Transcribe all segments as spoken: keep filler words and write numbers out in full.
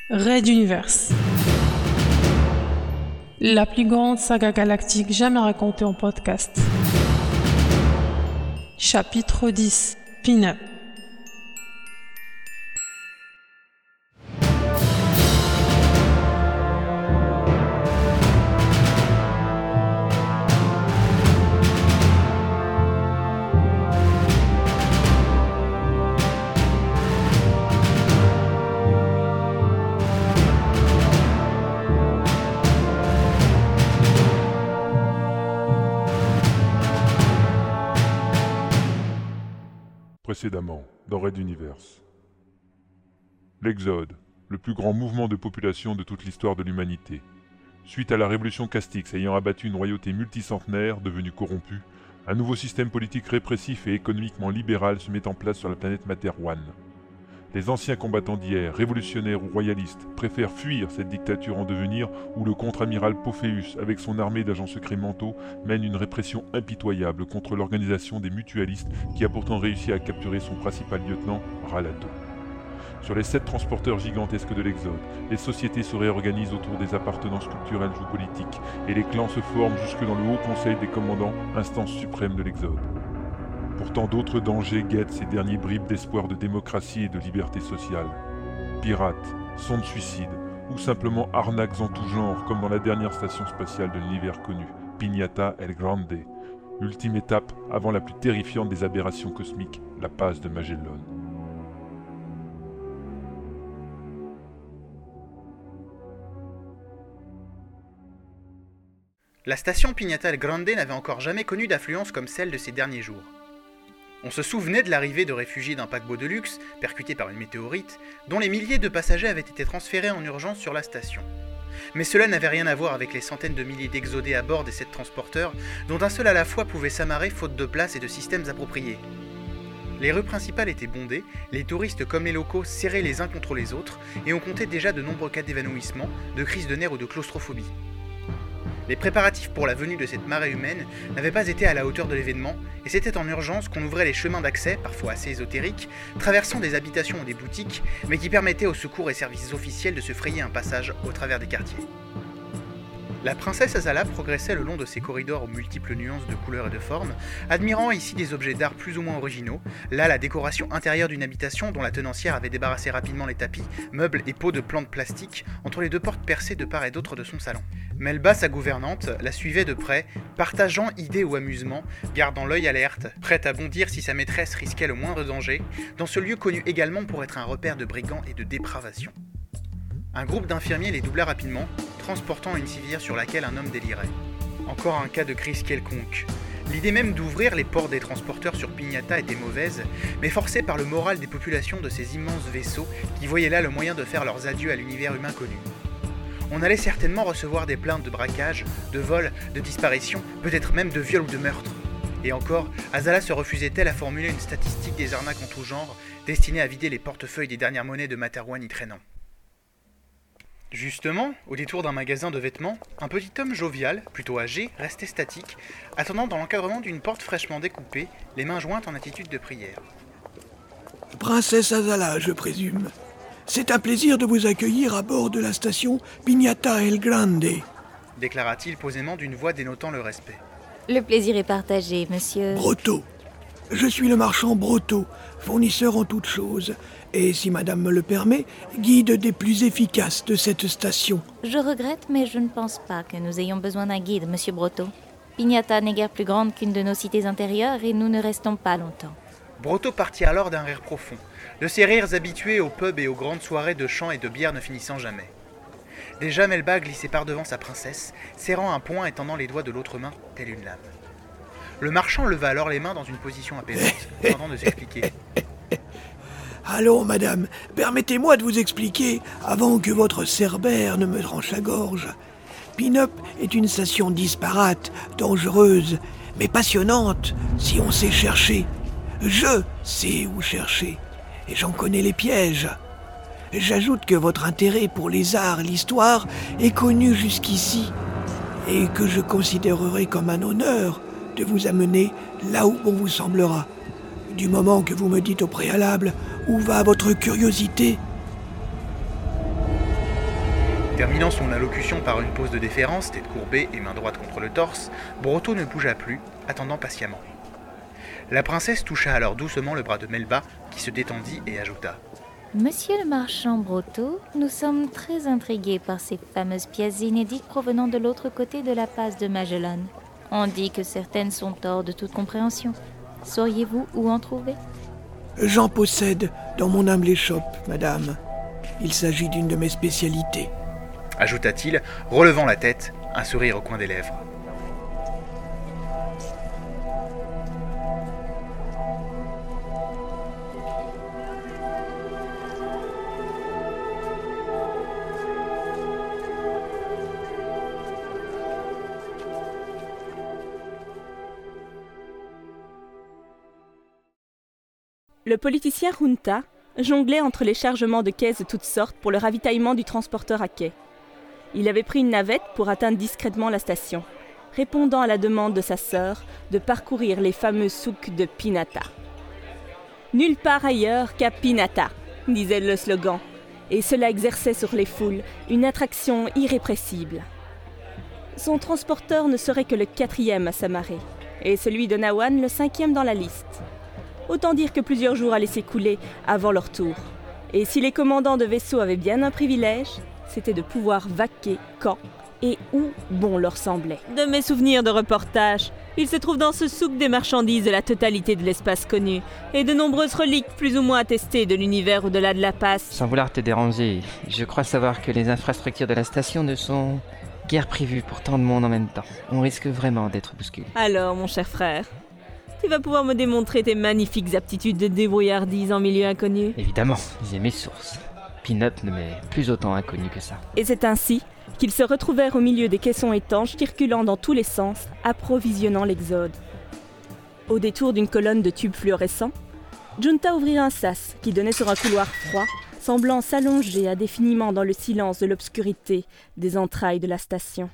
Red Universe. La plus grande saga galactique jamais racontée en podcast. Chapitre dix. Pin-up. Précédemment, dans Red Universe. L'Exode, le plus grand mouvement de population de toute l'histoire de l'humanité. Suite à la révolution Castix ayant abattu une royauté multicentenaire devenue corrompue, un nouveau système politique répressif et économiquement libéral se met en place sur la planète Materwan. Les anciens combattants d'hier, révolutionnaires ou royalistes, préfèrent fuir cette dictature en devenir où le contre-amiral Pophéus, avec son armée d'agents secrets mentaux, mène une répression impitoyable contre l'organisation des mutualistes qui a pourtant réussi à capturer son principal lieutenant, Ralato. Sur les sept transporteurs gigantesques de l'Exode, les sociétés se réorganisent autour des appartenances culturelles ou politiques, et les clans se forment jusque dans le Haut Conseil des Commandants, instance suprême de l'Exode. Pourtant d'autres dangers guettent ces derniers bribes d'espoir de démocratie et de liberté sociale. Pirates, sondes suicides, ou simplement arnaques en tout genre, comme dans la dernière station spatiale de l'univers connu, Piñata El Grande, ultime étape avant la plus terrifiante des aberrations cosmiques, la passe de Magellan. La station Piñata El Grande n'avait encore jamais connu d'affluence comme celle de ces derniers jours. On se souvenait de l'arrivée de réfugiés d'un paquebot de luxe, percuté par une météorite, dont les milliers de passagers avaient été transférés en urgence sur la station. Mais cela n'avait rien à voir avec les centaines de milliers d'exodés à bord des sept transporteurs, dont un seul à la fois pouvait s'amarrer faute de place et de systèmes appropriés. Les rues principales étaient bondées, les touristes comme les locaux serrés les uns contre les autres, et on comptait déjà de nombreux cas d'évanouissement, de crise de nerfs ou de claustrophobie. Les préparatifs pour la venue de cette marée humaine n'avaient pas été à la hauteur de l'événement, et c'était en urgence qu'on ouvrait les chemins d'accès, parfois assez ésotériques, traversant des habitations ou des boutiques, mais qui permettaient aux secours et services officiels de se frayer un passage au travers des quartiers. La princesse Azala progressait le long de ces corridors aux multiples nuances de couleurs et de formes, admirant ici des objets d'art plus ou moins originaux, là la décoration intérieure d'une habitation dont la tenancière avait débarrassé rapidement les tapis, meubles et pots de plantes plastiques entre les deux portes percées de part et d'autre de son salon. Melba, sa gouvernante, la suivait de près, partageant idées ou amusements, gardant l'œil alerte, prête à bondir si sa maîtresse risquait le moindre danger, dans ce lieu connu également pour être un repère de brigands et de dépravation. Un groupe d'infirmiers les doubla rapidement, transportant une civière sur laquelle un homme délirait. Encore un cas de crise quelconque. L'idée même d'ouvrir les ports des transporteurs sur Piñata était mauvaise, mais forcée par le moral des populations de ces immenses vaisseaux qui voyaient là le moyen de faire leurs adieux à l'univers humain connu. On allait certainement recevoir des plaintes de braquage, de vol, de disparition, peut-être même de viol ou de meurtre. Et encore, Azala se refusait-elle à formuler une statistique des arnaques en tout genre, destinée à vider les portefeuilles des dernières monnaies de Materwan y traînant. Justement, au détour d'un magasin de vêtements, un petit homme jovial, plutôt âgé, restait statique, attendant dans l'encadrement d'une porte fraîchement découpée, les mains jointes en attitude de prière. Princesse Azala, je présume. C'est un plaisir de vous accueillir à bord de la station Piñata El Grande, déclara-t-il posément d'une voix dénotant le respect. Le plaisir est partagé, monsieur. Brotteaux. Je suis le marchand Brotteaux, fournisseur en toutes choses, et si madame me le permet, guide des plus efficaces de cette station. Je regrette, mais je ne pense pas que nous ayons besoin d'un guide, monsieur Brotteaux. Piñata n'est guère plus grande qu'une de nos cités intérieures et nous ne restons pas longtemps. Brotteaux partit alors d'un rire profond, de ces rires habitués aux pubs et aux grandes soirées de chants et de bière ne finissant jamais. Déjà Melba glissait par devant sa princesse, serrant un poing et tendant les doigts de l'autre main, telle une lame. Le marchand leva alors les mains dans une position apaisante, tentant de s'expliquer. Allons, madame, permettez-moi de vous expliquer avant que votre cerbère ne me tranche la gorge. Pin-up est une station disparate, dangereuse, mais passionnante si on sait chercher. Je sais où chercher, et j'en connais les pièges. J'ajoute que votre intérêt pour les arts et l'histoire est connu jusqu'ici, et que je considérerai comme un honneur de vous amener là où bon vous semblera, du moment que vous me dites au préalable où va votre curiosité. Terminant son allocution par une pose de déférence, tête courbée et main droite contre le torse, Brotteaux ne bougea plus, attendant patiemment. La princesse toucha alors doucement le bras de Melba, qui se détendit et ajouta « Monsieur le marchand Brotteaux, nous sommes très intrigués par ces fameuses pièces inédites provenant de l'autre côté de la passe de Magellan. On dit que certaines sont hors de toute compréhension. Sauriez-vous où en trouver ?» « J'en possède dans mon humble échoppe, madame. Il s'agit d'une de mes spécialités. » ajouta-t-il, relevant la tête, un sourire au coin des lèvres. Le politicien Junta jonglait entre les chargements de caisses de toutes sortes pour le ravitaillement du transporteur à quai. Il avait pris une navette pour atteindre discrètement la station, répondant à la demande de sa sœur de parcourir les fameux souks de Pinata. « Nulle part ailleurs qu'à Pinata », disait le slogan, et cela exerçait sur les foules une attraction irrépressible. Son transporteur ne serait que le quatrième à s'amarrer, et celui de Nawan le cinquième dans la liste. Autant dire que plusieurs jours allaient s'écouler avant leur tour. Et si les commandants de vaisseaux avaient bien un privilège, c'était de pouvoir vaquer quand et où bon leur semblait. De mes souvenirs de reportage, il se trouve dans ce souk des marchandises de la totalité de l'espace connu, et de nombreuses reliques plus ou moins attestées de l'univers au-delà de la passe. Sans vouloir te déranger, je crois savoir que les infrastructures de la station ne sont guère prévues pour tant de monde en même temps. On risque vraiment d'être bousculé. Alors, mon cher frère, tu vas pouvoir me démontrer tes magnifiques aptitudes de débrouillardise en milieu inconnu. Évidemment, j'ai mes sources. Pin-Up ne m'est plus autant inconnu que ça. Et c'est ainsi qu'ils se retrouvèrent au milieu des caissons étanches circulant dans tous les sens, approvisionnant l'exode. Au détour d'une colonne de tubes fluorescents, Junta ouvrit un sas qui donnait sur un couloir froid, semblant s'allonger indéfiniment dans le silence de l'obscurité des entrailles de la station.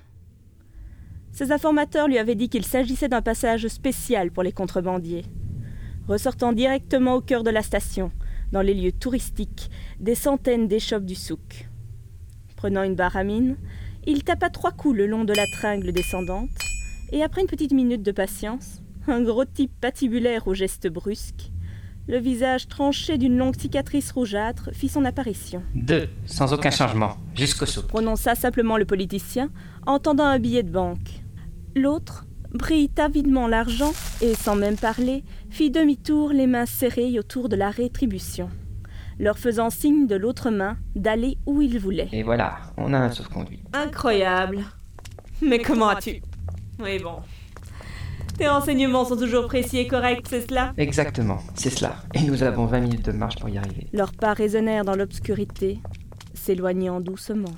Ses informateurs lui avaient dit qu'il s'agissait d'un passage spécial pour les contrebandiers. Ressortant directement au cœur de la station, dans les lieux touristiques, des centaines d'échoppes du souk. Prenant une barre à mine, il tapa trois coups le long de la tringle descendante, et après une petite minute de patience, un gros type patibulaire aux gestes brusques, le visage tranché d'une longue cicatrice rougeâtre, fit son apparition. Deux, sans aucun changement, jusqu'au souk. Prononça simplement le politicien, en tendant un billet de banque. L'autre prit avidement l'argent et, sans même parler, fit demi-tour les mains serrées autour de la rétribution, leur faisant signe de l'autre main d'aller où il voulait. Et voilà, on a un sauf-conduit. Incroyable. Mais comment as-tu... Oui bon... Tes renseignements sont toujours précis et corrects, c'est cela ? Exactement, c'est cela. Et nous avons vingt minutes de marche pour y arriver. Leurs pas résonnèrent dans l'obscurité, s'éloignant doucement.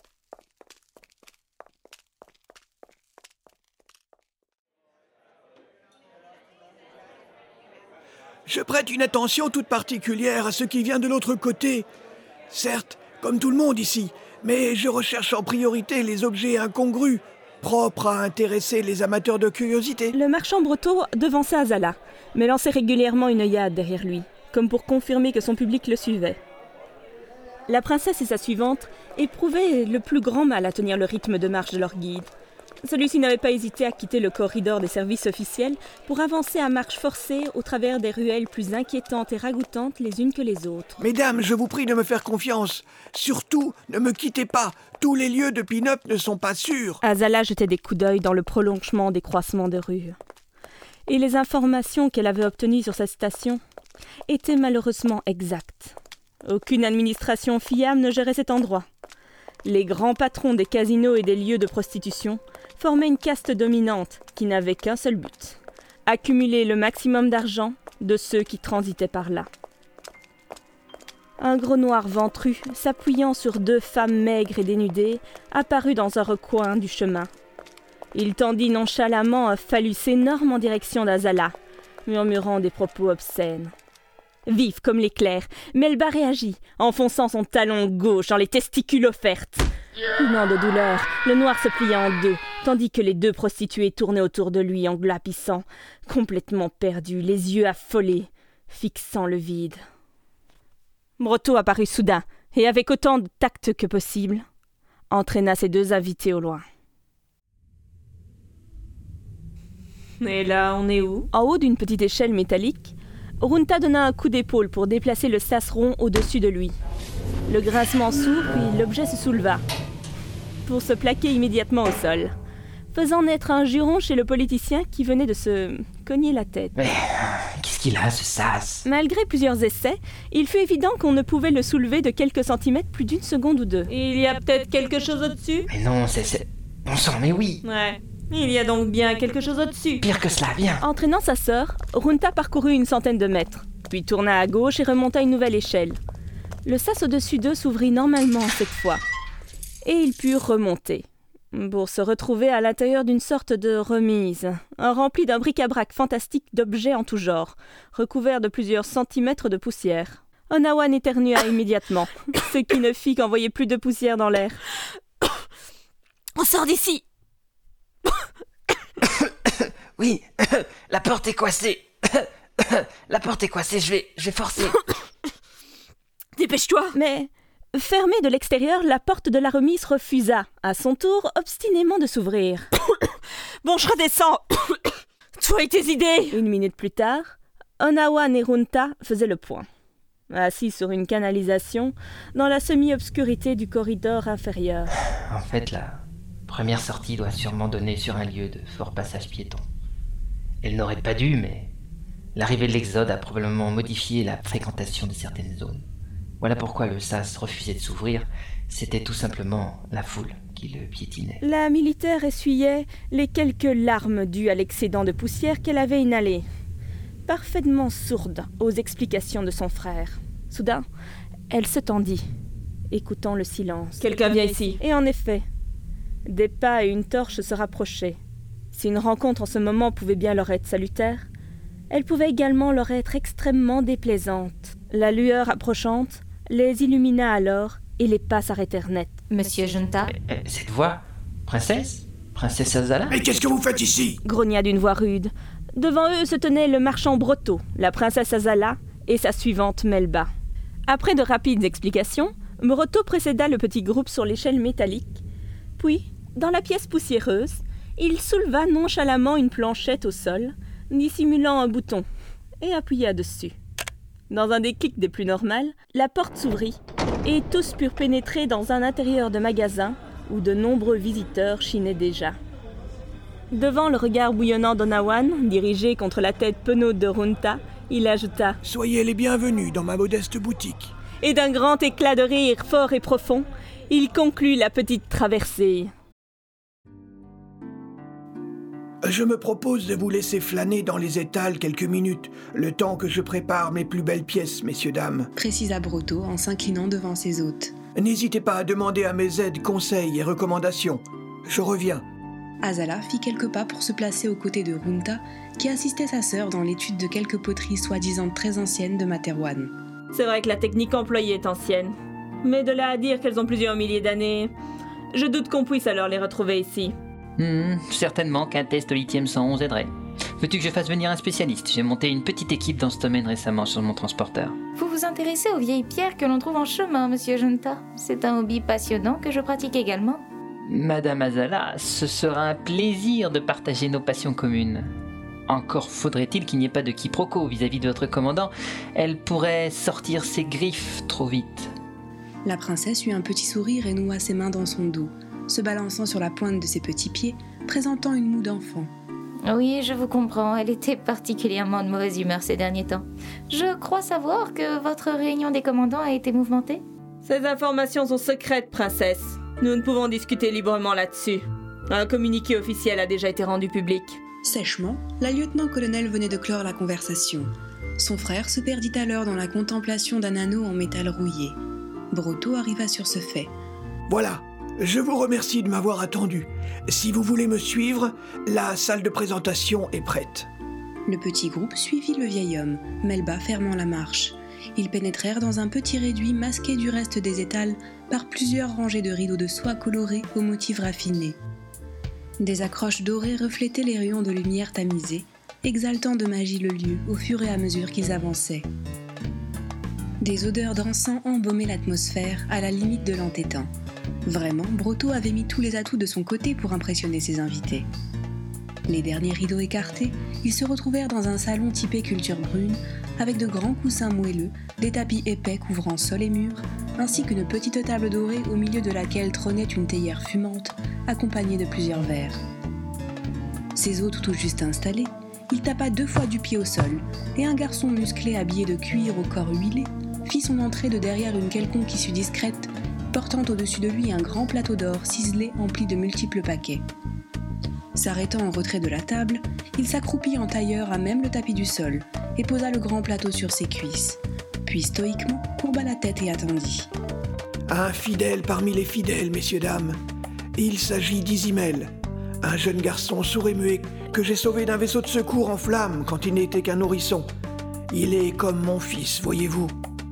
Je prête une attention toute particulière à ce qui vient de l'autre côté. Certes, comme tout le monde ici, mais je recherche en priorité les objets incongrus, propres à intéresser les amateurs de curiosité. Le marchand Brotteaux devançait Azala, mais lançait régulièrement une œillade derrière lui, comme pour confirmer que son public le suivait. La princesse et sa suivante éprouvaient le plus grand mal à tenir le rythme de marche de leur guide. Celui-ci n'avait pas hésité à quitter le corridor des services officiels pour avancer à marche forcée au travers des ruelles plus inquiétantes et ragoûtantes les unes que les autres. Mesdames, je vous prie de me faire confiance. Surtout, ne me quittez pas. Tous les lieux de Pin-Up ne sont pas sûrs. Azala jetait des coups d'œil dans le prolongement des croisements de rues. Et les informations qu'elle avait obtenues sur cette station étaient malheureusement exactes. Aucune administration fiable ne gérait cet endroit. Les grands patrons des casinos et des lieux de prostitution formaient une caste dominante qui n'avait qu'un seul but, accumuler le maximum d'argent de ceux qui transitaient par là. Un gros noir ventru, s'appuyant sur deux femmes maigres et dénudées, apparut dans un recoin du chemin. Il tendit nonchalamment un phallus énorme en direction d'Azala, murmurant des propos obscènes. Vive comme l'éclair, Melba réagit, enfonçant son talon gauche dans les testicules offertes. Hurlant de douleur, le noir se plia en deux, tandis que les deux prostituées tournaient autour de lui en glapissant, complètement perdus, les yeux affolés, fixant le vide. Brotteaux apparut soudain, et avec autant de tact que possible. entraîna ses deux invités au loin. Et là, on est où ? En haut d'une petite échelle métallique, Runta donna un coup d'épaule pour déplacer le sas rond au-dessus de lui. Le grincement s'ouvre, puis l'objet se souleva, pour se plaquer immédiatement au sol, faisant naître un juron chez le politicien qui venait de se cogner la tête. Mais qu'est-ce qu'il a, ce sas ? Malgré plusieurs essais, il fut évident qu'on ne pouvait le soulever de quelques centimètres plus d'une seconde ou deux. Il y a peut-être quelque chose au-dessus ? Mais non, c'est... c'est... Bon sang, mais oui. Ouais, il y a donc bien quelque chose au-dessus. Pire que cela, viens. Entraînant sa sœur, Runta parcourut une centaine de mètres, puis tourna à gauche et remonta une nouvelle échelle. Le sas au-dessus d'eux s'ouvrit normalement cette fois, et ils purent remonter, pour se retrouver à l'intérieur d'une sorte de remise, remplie d'un bric-à-brac fantastique d'objets en tout genre, recouverts de plusieurs centimètres de poussière. Onawan éternua immédiatement, ce qui ne fit qu'envoyer plus de poussière dans l'air. « On sort d'ici !» Oui, la porte est coincée. La porte est coincée, je vais, je vais forcer. Dépêche-toi ! Mais, fermée de l'extérieur, la porte de la remise refusa, à son tour, obstinément de s'ouvrir. Bon, je redescends. Toi et tes idées. Une minute plus tard, Onawan et Runta faisaient le point, assis sur une canalisation, dans la semi-obscurité du corridor inférieur. En fait, la première sortie doit sûrement donner sur un lieu de fort passage piéton. Elle n'aurait pas dû, mais l'arrivée de l'Exode a probablement modifié la fréquentation de certaines zones. Voilà pourquoi le sas refusait de s'ouvrir, c'était tout simplement la foule qui le piétinait. La militaire essuyait les quelques larmes dues à l'excédent de poussière qu'elle avait inhalé, parfaitement sourde aux explications de son frère. Soudain, elle se tendit, écoutant le silence. Quelqu'un vient ici. Et en effet, des pas et une torche se rapprochaient. Si une rencontre en ce moment pouvait bien leur être salutaire, elle pouvait également leur être extrêmement déplaisante. La lueur approchante les illumina alors et les pas s'arrêtèrent net. Monsieur Junta ? Euh, cette voix ? Princesse ? Princesse Azala ? Mais qu'est-ce que vous faites ici ? Grogna d'une voix rude. Devant eux se tenait le marchand Broto, la princesse Azala et sa suivante Melba. Après de rapides explications, Broto précéda le petit groupe sur l'échelle métallique. Puis, dans la pièce poussiéreuse, il souleva nonchalamment une planchette au sol, dissimulant un bouton, et appuya dessus. Dans un déclic des plus normales, la porte s'ouvrit, et tous purent pénétrer dans un intérieur de magasin où de nombreux visiteurs chinaient déjà. Devant le regard bouillonnant d'Onawan, dirigé contre la tête penaude de Runta, il ajouta « Soyez les bienvenus dans ma modeste boutique. » Et d'un grand éclat de rire fort et profond, il conclut la petite traversée. Je me propose de vous laisser flâner dans les étals quelques minutes, le temps que je prépare mes plus belles pièces, messieurs, dames. Précisa Broto en s'inclinant devant ses hôtes. N'hésitez pas à demander à mes aides conseils et recommandations. Je reviens. Azala fit quelques pas pour se placer aux côtés de Runta, qui assistait sa sœur dans l'étude de quelques poteries soi-disant très anciennes de Materwan. C'est vrai que la technique employée est ancienne, mais de là à dire qu'elles ont plusieurs milliers d'années, je doute qu'on puisse alors les retrouver ici. Hmm, certainement qu'un test au lithium cent onze aiderait. Veux-tu que je fasse venir un spécialiste ? J'ai monté une petite équipe dans ce domaine récemment sur mon transporteur. Vous vous intéressez aux vieilles pierres que l'on trouve en chemin, monsieur Junta. C'est un hobby passionnant que je pratique également. Madame Azala, ce sera un plaisir de partager nos passions communes. Encore faudrait-il qu'il n'y ait pas de quiproquo vis-à-vis de votre commandant. Elle pourrait sortir ses griffes trop vite. La princesse eut un petit sourire et noua ses mains dans son dos, se balançant sur la pointe de ses petits pieds, présentant une moue d'enfant. Oui, je vous comprends, elle était particulièrement de mauvaise humeur ces derniers temps. Je crois savoir que votre réunion des commandants a été mouvementée. Ces informations sont secrètes, princesse. Nous ne pouvons discuter librement là-dessus. Un communiqué officiel a déjà été rendu public. Sèchement, la lieutenant-colonel venait de clore la conversation. Son frère se perdit alors dans la contemplation d'un anneau en métal rouillé. Broto arriva sur ce fait. Voilà. Je vous remercie de m'avoir attendu. Si vous voulez me suivre, la salle de présentation est prête. Le petit groupe suivit le vieil homme, Melba fermant la marche. Ils pénétrèrent dans un petit réduit masqué du reste des étals par plusieurs rangées de rideaux de soie colorés aux motifs raffinés. Des accroches dorées reflétaient les rayons de lumière tamisés, exaltant de magie le lieu au fur et à mesure qu'ils avançaient. Des odeurs d'encens embaumaient l'atmosphère à la limite de l'entêtant. Vraiment, Brotteaux avait mis tous les atouts de son côté pour impressionner ses invités. Les derniers rideaux écartés, ils se retrouvèrent dans un salon typé culture brune, avec de grands coussins moelleux, des tapis épais couvrant sol et murs, ainsi qu'une petite table dorée au milieu de laquelle trônait une théière fumante, accompagnée de plusieurs verres. Ses hôtes tout juste installés, il tapa deux fois du pied au sol, et un garçon musclé habillé de cuir au corps huilé fit son entrée de derrière une quelconque issue discrète, portant au-dessus de lui un grand plateau d'or ciselé empli de multiples paquets. S'arrêtant en retrait de la table, il s'accroupit en tailleur à même le tapis du sol et posa le grand plateau sur ses cuisses, puis stoïquement courba la tête et attendit. Un fidèle parmi les fidèles, messieurs, dames. Il s'agit d'Izimel, un jeune garçon sourd et muet que j'ai sauvé d'un vaisseau de secours en flammes quand il n'était qu'un nourrisson. Il est comme mon fils, voyez-vous.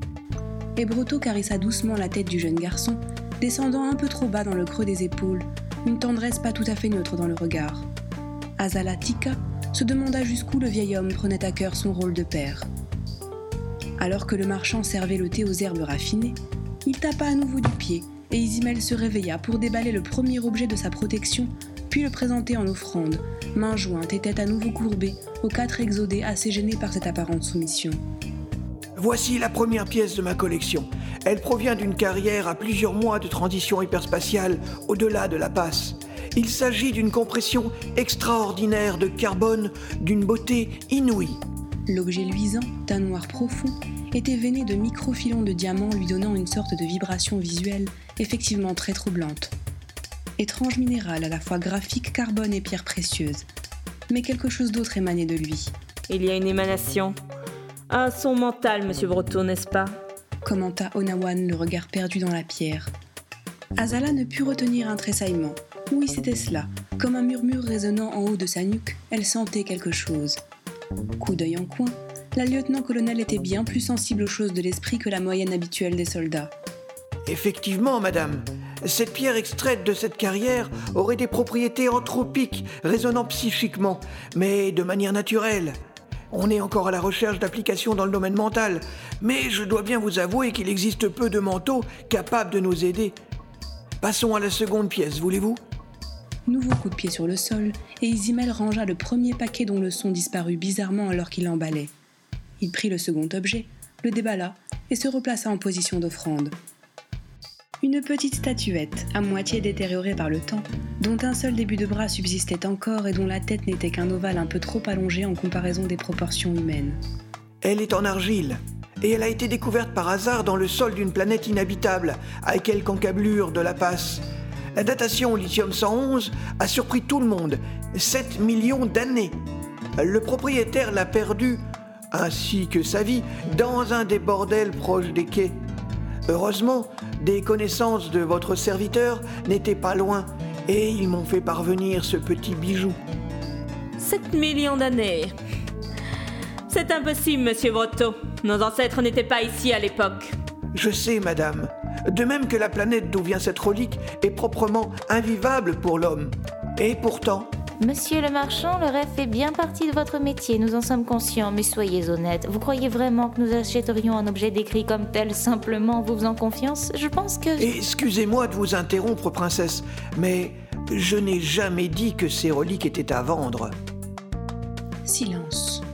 Et Brotteaux caressa doucement la tête du jeune garçon, descendant un peu trop bas dans le creux des épaules, une tendresse pas tout à fait neutre dans le regard. Azala Tika se demanda jusqu'où le vieil homme prenait à cœur son rôle de père. Alors que le marchand servait le thé aux herbes raffinées, il tapa à nouveau du pied et Izimel se réveilla pour déballer le premier objet de sa protection, puis le présenter en offrande, main jointe et tête à nouveau courbée, aux quatre exodés assez gênés par cette apparente soumission. Voici la première pièce de ma collection. Elle provient d'une carrière à plusieurs mois de transition hyperspatiale au-delà de la passe. Il s'agit d'une compression extraordinaire de carbone d'une beauté inouïe. L'objet luisant, d'un noir profond, était veiné de microfilons de diamants lui donnant une sorte de vibration visuelle effectivement très troublante. Étrange minéral à la fois graphique, carbone et pierre précieuse. Mais quelque chose d'autre émanait de lui. Il y a une émanation. Un son mental, monsieur Brotteaux, n'est-ce pas ? Commenta Onawan, le regard perdu dans la pierre. Azala ne put retenir un tressaillement. Oui, c'était cela. Comme un murmure résonnant en haut de sa nuque, elle sentait quelque chose. Coup d'œil en coin, la lieutenant-colonel était bien plus sensible aux choses de l'esprit que la moyenne habituelle des soldats. Effectivement, madame. Cette pierre extraite de cette carrière aurait des propriétés anthropiques, résonnant psychiquement, mais de manière naturelle. On est encore à la recherche d'applications dans le domaine mental, mais je dois bien vous avouer qu'il existe peu de mentaux capables de nous aider. Passons à la seconde pièce, voulez-vous ? Nouveau coup de pied sur le sol, et Izimel rangea le premier paquet dont le son disparut bizarrement alors qu'il l'emballait. Il prit le second objet, le déballa et se replaça en position d'offrande. Une petite statuette, à moitié détériorée par le temps, dont un seul début de bras subsistait encore et dont la tête n'était qu'un ovale un peu trop allongé en comparaison des proportions humaines. Elle est en argile, et elle a été découverte par hasard dans le sol d'une planète inhabitable, à quelques encablures de la passe. La datation au lithium cent onze a surpris tout le monde, sept millions d'années. Le propriétaire l'a perdue, ainsi que sa vie, dans un des bordels proches des quais. Heureusement, des connaissances de votre serviteur n'étaient pas loin, et ils m'ont fait parvenir ce petit bijou. Sept millions d'années. C'est impossible, monsieur Brotteaux. Nos ancêtres n'étaient pas ici à l'époque. Je sais, madame. De même que la planète d'où vient cette relique est proprement invivable pour l'homme. Et pourtant... Monsieur le marchand, le rêve fait bien partie de votre métier, nous en sommes conscients, mais soyez honnête. Vous croyez vraiment que nous achèterions un objet décrit comme tel simplement en vous faisant confiance ? Je pense que... Excusez-moi de vous interrompre, princesse, mais je n'ai jamais dit que ces reliques étaient à vendre. Silence.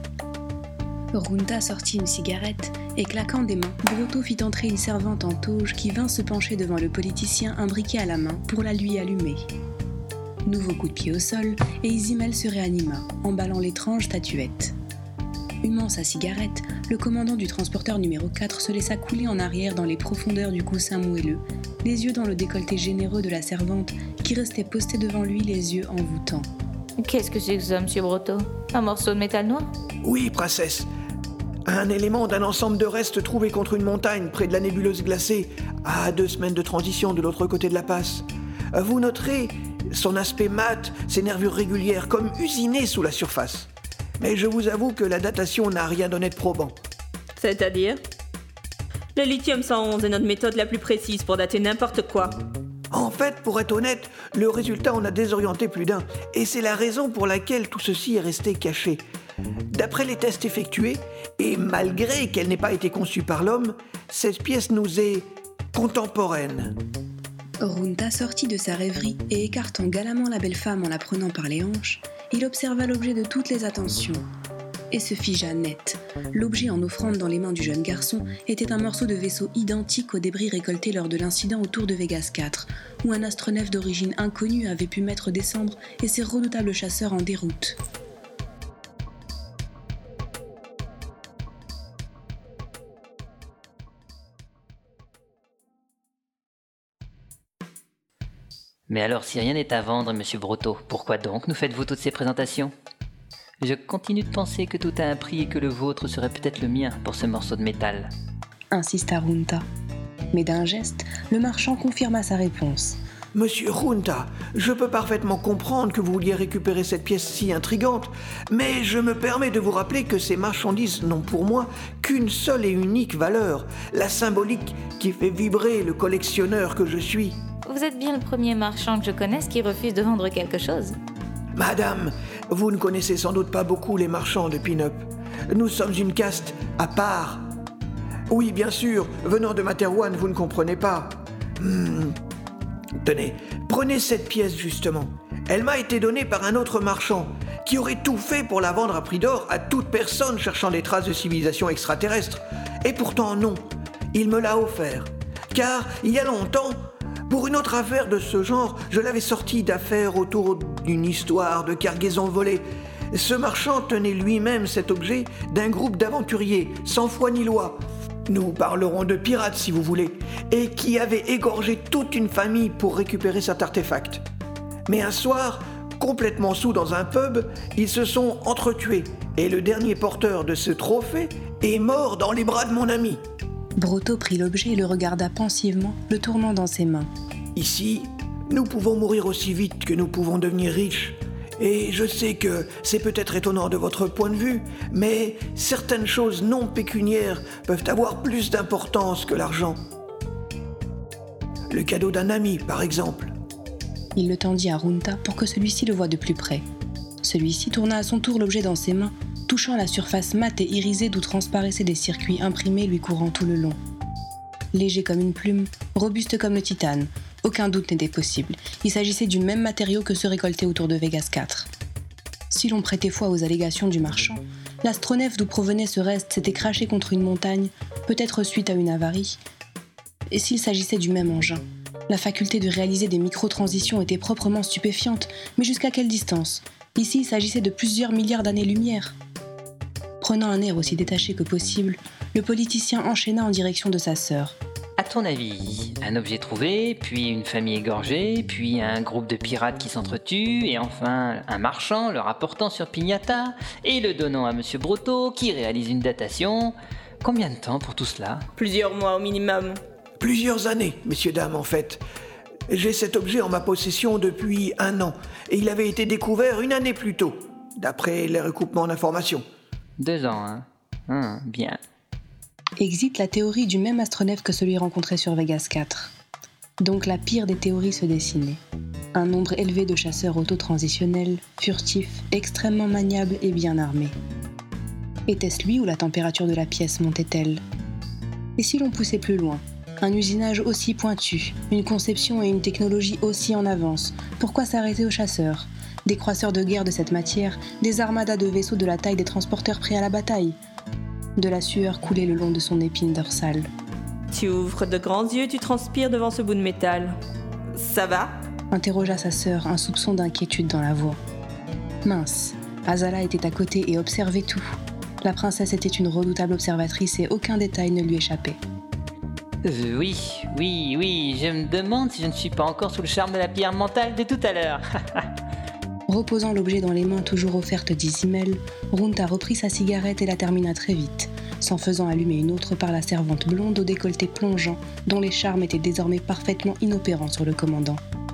Runta sortit une cigarette et, claquant des mains, Brotteaux fit entrer une servante en tauge qui vint se pencher devant le politicien un briquet à la main pour la lui allumer. Nouveau coup de pied au sol, et Izimel se réanima, emballant l'étrange statuette. Humant sa cigarette, le commandant du transporteur numéro quatre se laissa couler en arrière dans les profondeurs du coussin moelleux, les yeux dans le décolleté généreux de la servante qui restait postée devant lui, les yeux envoûtants. Qu'est-ce que c'est que ça, monsieur Brotteaux ? Un morceau de métal noir ? Oui, princesse. Un élément d'un ensemble de restes trouvés contre une montagne près de la nébuleuse glacée, à deux semaines de transition de l'autre côté de la passe. Vous noterez son aspect mat, ses nervures régulières, comme usinées sous la surface. Mais je vous avoue que la datation n'a rien donné de probant. C'est-à-dire ? Le lithium cent onze est notre méthode la plus précise pour dater n'importe quoi. En fait, pour être honnête, le résultat en a désorienté plus d'un. Et c'est la raison pour laquelle tout ceci est resté caché. D'après les tests effectués, et malgré qu'elle n'ait pas été conçue par l'homme, cette pièce nous est contemporaine. Runta sortit de sa rêverie et écartant galamment la belle femme en la prenant par les hanches, il observa l'objet de toutes les attentions et se figea net. L'objet en offrande dans les mains du jeune garçon était un morceau de vaisseau identique aux débris récoltés lors de l'incident autour de Vegas quatre, où un astronef d'origine inconnue avait pu mettre Décembre et ses redoutables chasseurs en déroute. Mais alors, si rien n'est à vendre, monsieur Brotteaux, pourquoi donc nous faites-vous toutes ces présentations ? Je continue de penser que tout a un prix et que le vôtre serait peut-être le mien pour ce morceau de métal. Insista Runta. Mais d'un geste, le marchand confirma sa réponse. Monsieur Runta, je peux parfaitement comprendre que vous vouliez récupérer cette pièce si intrigante, mais je me permets de vous rappeler que ces marchandises n'ont pour moi qu'une seule et unique valeur, la symbolique qui fait vibrer le collectionneur que je suis. Vous êtes bien le premier marchand que je connaisse qui refuse de vendre quelque chose. Madame, vous ne connaissez sans doute pas beaucoup les marchands de pin-up. Nous sommes une caste à part. Oui, bien sûr, venant de Materwan, vous ne comprenez pas. Hmm. Tenez, prenez cette pièce justement. Elle m'a été donnée par un autre marchand qui aurait tout fait pour la vendre à prix d'or à toute personne cherchant des traces de civilisation extraterrestre. Et pourtant non, il me l'a offert. Car, il y a longtemps, pour une autre affaire de ce genre, je l'avais sortie d'affaires autour d'une histoire de cargaison volée. Ce marchand tenait lui-même cet objet d'un groupe d'aventuriers, sans foi ni loi. Nous parlerons de pirates si vous voulez, et qui avaient égorgé toute une famille pour récupérer cet artefact. Mais un soir, complètement saoul dans un pub, ils se sont entretués, et le dernier porteur de ce trophée est mort dans les bras de mon ami. Brotteaux prit l'objet et le regarda pensivement, le tournant dans ses mains. Ici, nous pouvons mourir aussi vite que nous pouvons devenir riches. Et je sais que c'est peut-être étonnant de votre point de vue, mais certaines choses non pécuniaires peuvent avoir plus d'importance que l'argent. Le cadeau d'un ami, par exemple. Il le tendit à Runta pour que celui-ci le voie de plus près. Celui-ci tourna à son tour l'objet dans ses mains, touchant la surface mate et irisée d'où transparaissaient des circuits imprimés lui courant tout le long. Léger comme une plume, robuste comme le titane, aucun doute n'était possible. Il s'agissait du même matériau que ceux récoltés autour de Vegas quatre. Si l'on prêtait foi aux allégations du marchand, l'astronef d'où provenait ce reste s'était craché contre une montagne, peut-être suite à une avarie. Et s'il s'agissait du même engin, la faculté de réaliser des micro-transitions était proprement stupéfiante, mais jusqu'à quelle distance ? Ici, il s'agissait de plusieurs milliards d'années-lumière. Prenant un air aussi détaché que possible, le politicien enchaîna en direction de sa sœur. À ton avis, un objet trouvé, puis une famille égorgée, puis un groupe de pirates qui s'entretuent, et enfin un marchand le rapportant sur Pignata, et le donnant à monsieur Brotteaux, qui réalise une datation. Combien de temps pour tout cela ? Plusieurs mois au minimum. Plusieurs années, messieurs, dames, en fait. J'ai cet objet en ma possession depuis un an, et il avait été découvert une année plus tôt, d'après les recoupements d'informations. Deux ans, hein hum, Bien. Existe la théorie du même astronef que celui rencontré sur Vegas quatre. Donc la pire des théories se dessinait. Un nombre élevé de chasseurs autotransitionnels, furtifs, extrêmement maniables et bien armés. Était-ce lui ou la température de la pièce montait-elle ? Et si l'on poussait plus loin ? Un usinage aussi pointu, une conception et une technologie aussi en avance, pourquoi s'arrêter aux chasseurs ? Des croiseurs de guerre de cette matière, des armadas de vaisseaux de la taille des transporteurs prêts à la bataille. De la sueur coulait le long de son épine dorsale. Tu ouvres de grands yeux, tu transpires devant ce bout de métal. Ça va ? Interrogea sa sœur, un soupçon d'inquiétude dans la voix. Mince, Azala était à côté et observait tout. La princesse était une redoutable observatrice et aucun détail ne lui échappait. Euh, oui, oui, oui, je me demande si je ne suis pas encore sous le charme de la pierre mentale de tout à l'heure. Reposant l'objet dans les mains toujours offertes d'Izimel, Runta reprit sa cigarette et la termina très vite, s'en faisant allumer une autre par la servante blonde au décolleté plongeant, dont les charmes étaient désormais parfaitement inopérants sur le commandant.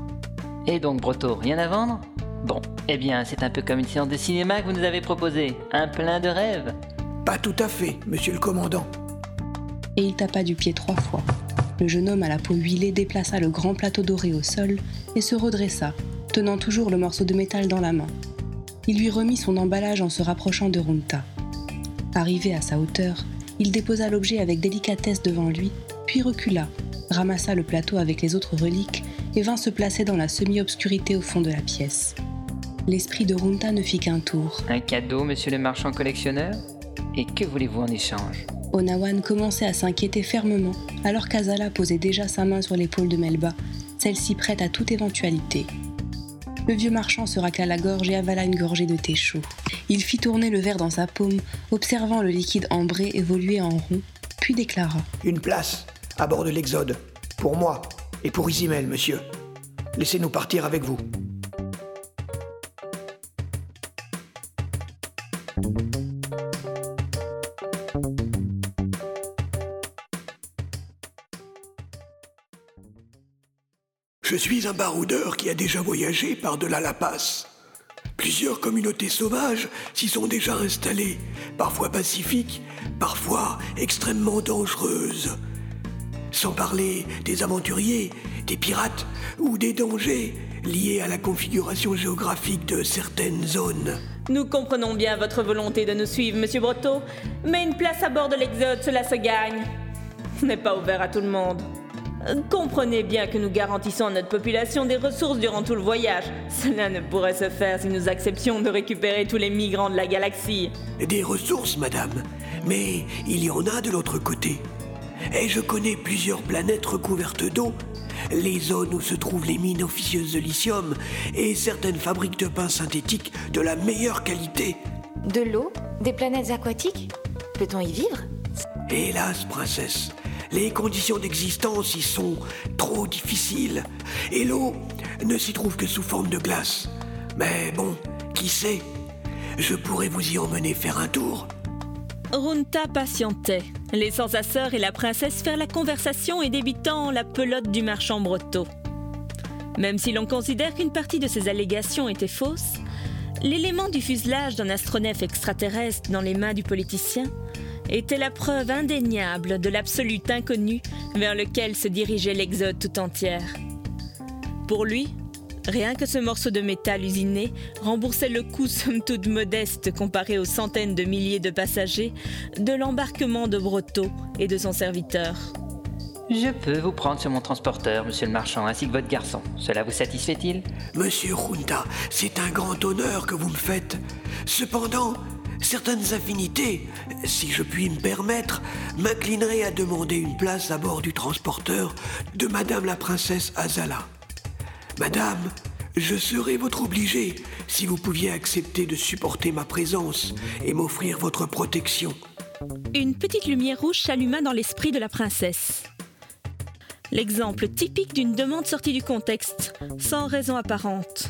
Et donc, Brotteaux, rien à vendre ? Bon, eh bien, c'est un peu comme une séance de cinéma que vous nous avez proposée, un plein de rêves. Pas tout à fait, monsieur le commandant. Et il tapa du pied trois fois. Le jeune homme à la peau huilée déplaça le grand plateau doré au sol et se redressa, tenant toujours le morceau de métal dans la main. Il lui remit son emballage en se rapprochant de Runta. Arrivé à sa hauteur, il déposa l'objet avec délicatesse devant lui, puis recula, ramassa le plateau avec les autres reliques et vint se placer dans la semi-obscurité au fond de la pièce. L'esprit de Runta ne fit qu'un tour. Un cadeau, monsieur le marchand collectionneur ? Et que voulez-vous en échange ? Onawan commençait à s'inquiéter fermement, alors qu'Azala posait déjà sa main sur l'épaule de Melba, celle-ci prête à toute éventualité. Le vieux marchand se racla la gorge et avala une gorgée de thé chaud. Il fit tourner le verre dans sa paume, observant le liquide ambré évoluer en rond, puis déclara « Une place, à bord de l'Exode, pour moi et pour Isimel, monsieur. Laissez-nous partir avec vous. » Je suis un baroudeur qui a déjà voyagé par-delà la passe. Plusieurs communautés sauvages s'y sont déjà installées, parfois pacifiques, parfois extrêmement dangereuses. Sans parler des aventuriers, des pirates ou des dangers liés à la configuration géographique de certaines zones. Nous comprenons bien votre volonté de nous suivre, Monsieur Brotteaux, mais une place à bord de l'Exode, cela se gagne. Ce n'est pas ouvert à tout le monde. Comprenez bien que nous garantissons à notre population des ressources durant tout le voyage. Cela ne pourrait se faire si nous acceptions de récupérer tous les migrants de la galaxie. Des ressources, madame, mais il y en a de l'autre côté. Et je connais plusieurs planètes recouvertes d'eau, les zones où se trouvent les mines officieuses de lithium et certaines fabriques de pain synthétique de la meilleure qualité. De l'eau ? Des planètes aquatiques ? Peut-on y vivre ? Hélas, princesse, les conditions d'existence y sont trop difficiles, et l'eau ne s'y trouve que sous forme de glace. Mais bon, qui sait ? Je pourrais vous y emmener faire un tour. Runta patientait, laissant sa sœur et la princesse faire la conversation et débitant la pelote du marchand Brotteaux. Même si l'on considère qu'une partie de ces allégations était fausse, l'élément du fuselage d'un astronef extraterrestre dans les mains du politicien était la preuve indéniable de l'absolu inconnu vers lequel se dirigeait l'Exode tout entière. Pour lui, rien que ce morceau de métal usiné remboursait le coût somme toute modeste comparé aux centaines de milliers de passagers de l'embarquement de Brotteaux et de son serviteur. Je peux vous prendre sur mon transporteur, monsieur le marchand, ainsi que votre garçon. Cela vous satisfait-il ? Monsieur Runta, c'est un grand honneur que vous me faites. Cependant, certaines affinités, si je puis me permettre, m'inclineraient à demander une place à bord du transporteur de Madame la princesse Azala. Madame, je serais votre obligé si vous pouviez accepter de supporter ma présence et m'offrir votre protection. Une petite lumière rouge s'alluma dans l'esprit de la princesse. L'exemple typique d'une demande sortie du contexte, sans raison apparente.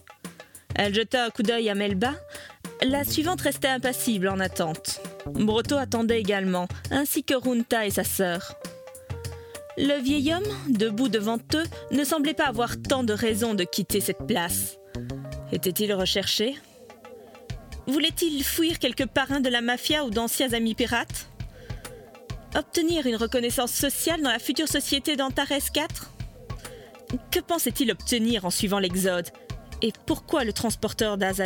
Elle jeta un coup d'œil à Melba. La suivante restait impassible en attente. Brotteaux attendait également, ainsi que Runta et sa sœur. Le vieil homme, debout devant eux, ne semblait pas avoir tant de raisons de quitter cette place. Était-il recherché ? Voulait-il fuir quelques parrains de la mafia ou d'anciens amis pirates ? Obtenir une reconnaissance sociale dans la future société d'Antares quatre ? Que pensait-il obtenir en suivant l'Exode ? Et pourquoi le transporteur d'Azala ?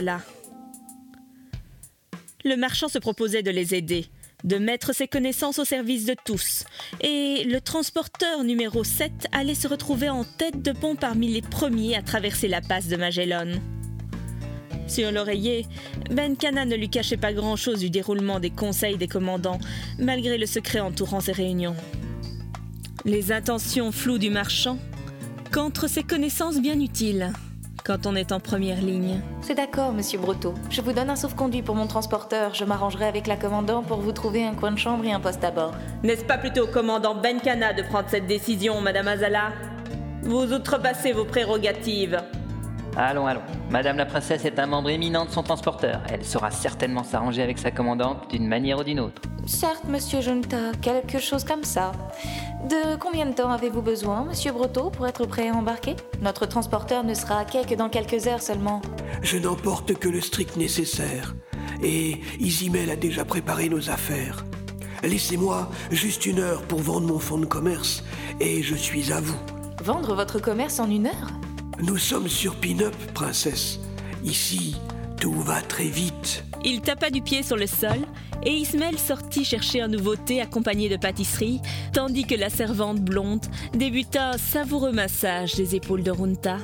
Le marchand se proposait de les aider, de mettre ses connaissances au service de tous, et le transporteur numéro sept allait se retrouver en tête de pont parmi les premiers à traverser la passe de Magellan. Sur l'oreiller, Benkana ne lui cachait pas grand-chose du déroulement des conseils des commandants, malgré le secret entourant ces réunions. Les intentions floues du marchand, contre ses connaissances bien utiles, quand on est en première ligne. C'est d'accord, monsieur Brotteaux. Je vous donne un sauf-conduit pour mon transporteur. Je m'arrangerai avec la commandant pour vous trouver un coin de chambre et un poste à bord. N'est-ce pas plutôt au commandant Benkana de prendre cette décision, madame Azala ? Vous outrepassez vos prérogatives. Allons, allons. Madame la princesse est un membre éminent de son transporteur. Elle saura certainement s'arranger avec sa commandante d'une manière ou d'une autre. Certes, monsieur Junta, quelque chose comme ça. De combien de temps avez-vous besoin, monsieur Brotteaux, pour être prêt à embarquer ? Notre transporteur ne sera à quai que dans quelques heures seulement. Je n'emporte que le strict nécessaire. Et Isimel a déjà préparé nos affaires. Laissez-moi juste une heure pour vendre mon fonds de commerce, et je suis à vous. Vendre votre commerce en une heure ? Nous sommes sur Pin-Up, princesse. Ici, tout va très vite. Il tapa du pied sur le sol et Ismaël sortit chercher un nouveau thé accompagné de pâtisserie, tandis que la servante blonde débuta un savoureux massage des épaules de Junta.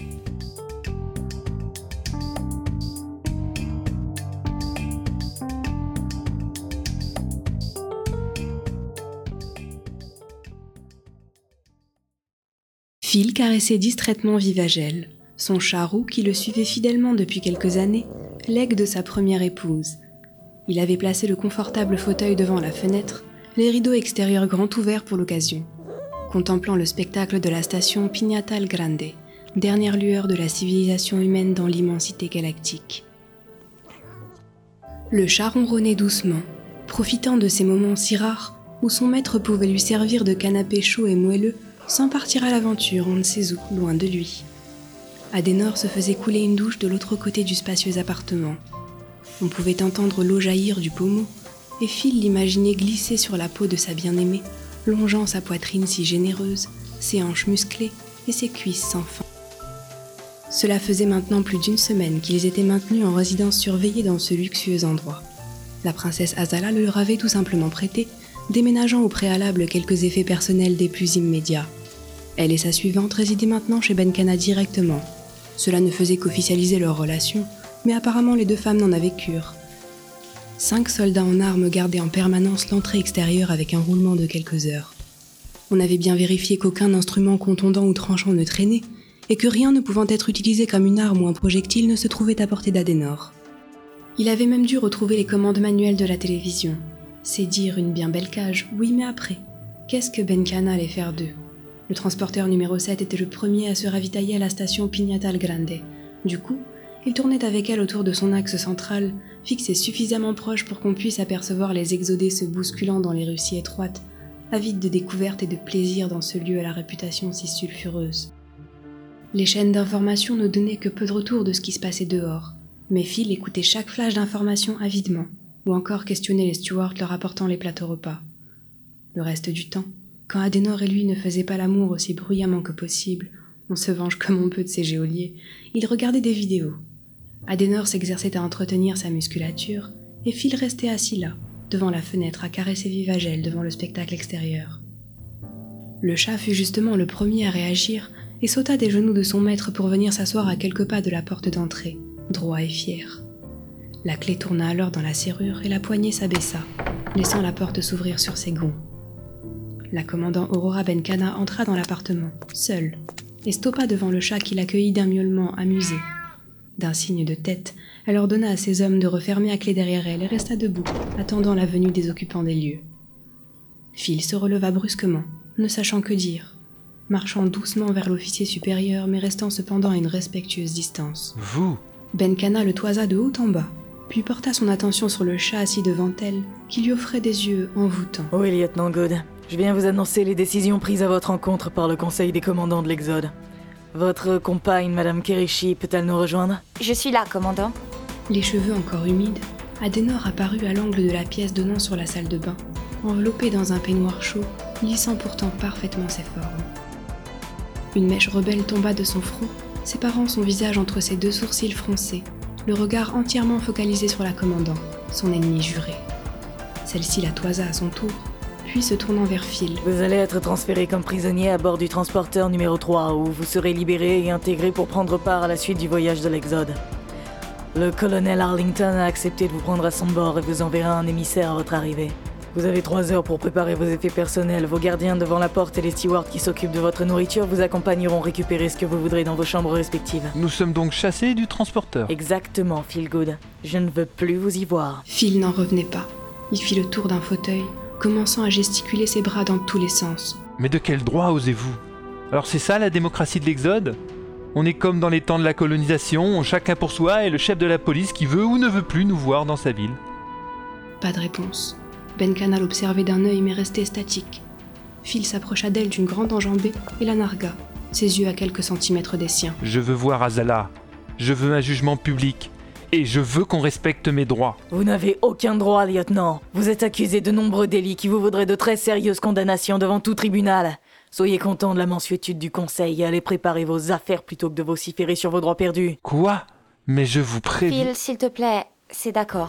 Phil caressait distraitement Vivagel, son chat roux qui le suivait fidèlement depuis quelques années, legs de sa première épouse. Il avait placé le confortable fauteuil devant la fenêtre, les rideaux extérieurs grands ouverts pour l'occasion, contemplant le spectacle de la station Piñatal Grande, dernière lueur de la civilisation humaine dans l'immensité galactique. Le chat ronronnait doucement, profitant de ces moments si rares où son maître pouvait lui servir de canapé chaud et moelleux sans partir à l'aventure on ne sait où, loin de lui. Adenor se faisait couler une douche de l'autre côté du spacieux appartement. On pouvait entendre l'eau jaillir du pommeau, et Phil l'imaginait glisser sur la peau de sa bien-aimée, longeant sa poitrine si généreuse, ses hanches musclées et ses cuisses sans fin. Cela faisait maintenant plus d'une semaine qu'ils étaient maintenus en résidence surveillée dans ce luxueux endroit. La princesse Azala le leur avait tout simplement prêté, déménageant au préalable quelques effets personnels des plus immédiats. Elle et sa suivante résidaient maintenant chez Benkana directement. Cela ne faisait qu'officialiser leur relation, mais apparemment les deux femmes n'en avaient cure. Cinq soldats en armes gardaient en permanence l'entrée extérieure avec un roulement de quelques heures. On avait bien vérifié qu'aucun instrument contondant ou tranchant ne traînait, et que rien ne pouvant être utilisé comme une arme ou un projectile ne se trouvait à portée d'Adenor. Il avait même dû retrouver les commandes manuelles de la télévision. C'est dire une bien belle cage, oui mais après, qu'est-ce que Benkana allait faire d'eux ? Le transporteur numéro sept était le premier à se ravitailler à la station Piñatal Grande. Du coup, il tournait avec elle autour de son axe central, fixé suffisamment proche pour qu'on puisse apercevoir les exodés se bousculant dans les rues si étroites, avides de découvertes et de plaisir dans ce lieu à la réputation si sulfureuse. Les chaînes d'information ne donnaient que peu de retours de ce qui se passait dehors, mais Phil écoutait chaque flash d'information avidement, ou encore questionnait les stewards leur apportant les plateaux repas. Le reste du temps, quand Adenor et lui ne faisaient pas l'amour aussi bruyamment que possible, on se venge comme on peut de ces geôliers, il regardait des vidéos. Adenor s'exerçait à entretenir sa musculature, et Phil restait assis là, devant la fenêtre à caresser Vivagel devant le spectacle extérieur. Le chat fut justement le premier à réagir et sauta des genoux de son maître pour venir s'asseoir à quelques pas de la porte d'entrée, droit et fier. La clé tourna alors dans la serrure et la poignée s'abaissa, laissant la porte s'ouvrir sur ses gonds. La commandant Aurora Benkana entra dans l'appartement, seule, et stoppa devant le chat qui l'accueillit d'un miaulement amusé. D'un signe de tête, elle ordonna à ses hommes de refermer à clé derrière elle et resta debout, attendant la venue des occupants des lieux. Phil se releva brusquement, ne sachant que dire, marchant doucement vers l'officier supérieur mais restant cependant à une respectueuse distance. « Vous » Benkana le toisa de haut en bas, puis porta son attention sur le chat assis devant elle, qui lui offrait des yeux envoûtants. « Oui, lieutenant Good. Je viens vous annoncer les décisions prises à votre encontre par le conseil des commandants de l'Exode. Votre compagne, Madame Kerishi, peut-elle nous rejoindre ? Je suis là, commandant. » Les cheveux encore humides, Adenor apparut à l'angle de la pièce donnant sur la salle de bain, enveloppée dans un peignoir chaud, lissant pourtant parfaitement ses formes. Une mèche rebelle tomba de son front, séparant son visage entre ses deux sourcils froncés, le regard entièrement focalisé sur la commandant, son ennemie juré. Celle-ci la toisa à son tour, puis se tournant vers Phil. « Vous allez être transféré comme prisonnier à bord du transporteur numéro trois, où vous serez libéré et intégré pour prendre part à la suite du voyage de l'Exode. Le colonel Arlington a accepté de vous prendre à son bord et vous enverra un émissaire à votre arrivée. Vous avez trois heures pour préparer vos effets personnels. Vos gardiens devant la porte et les stewards qui s'occupent de votre nourriture vous accompagneront récupérer ce que vous voudrez dans vos chambres respectives. » Nous sommes donc chassés du transporteur. Exactement, Feelgood. Je ne veux plus vous y voir. Phil n'en revenait pas. Il fit le tour d'un fauteuil, commençant à gesticuler ses bras dans tous les sens. Mais de quel droit osez-vous ? Alors c'est ça la démocratie de l'Exode ? On est comme dans les temps de la colonisation, chacun pour soi et le chef de la police qui veut ou ne veut plus nous voir dans sa ville. Pas de réponse. Benkana l'observait d'un œil mais restait statique. Phil s'approcha d'elle d'une grande enjambée et la nargua, ses yeux à quelques centimètres des siens. Je veux voir Azala. Je veux un jugement public. Et je veux qu'on respecte mes droits. Vous n'avez aucun droit, lieutenant. Vous êtes accusé de nombreux délits qui vous vaudraient de très sérieuses condamnations devant tout tribunal. Soyez content de la mansuétude du conseil et allez préparer vos affaires plutôt que de vociférer sur vos droits perdus. Quoi ? Mais je vous préviens... Phil, s'il te plaît, c'est d'accord. Pardon ?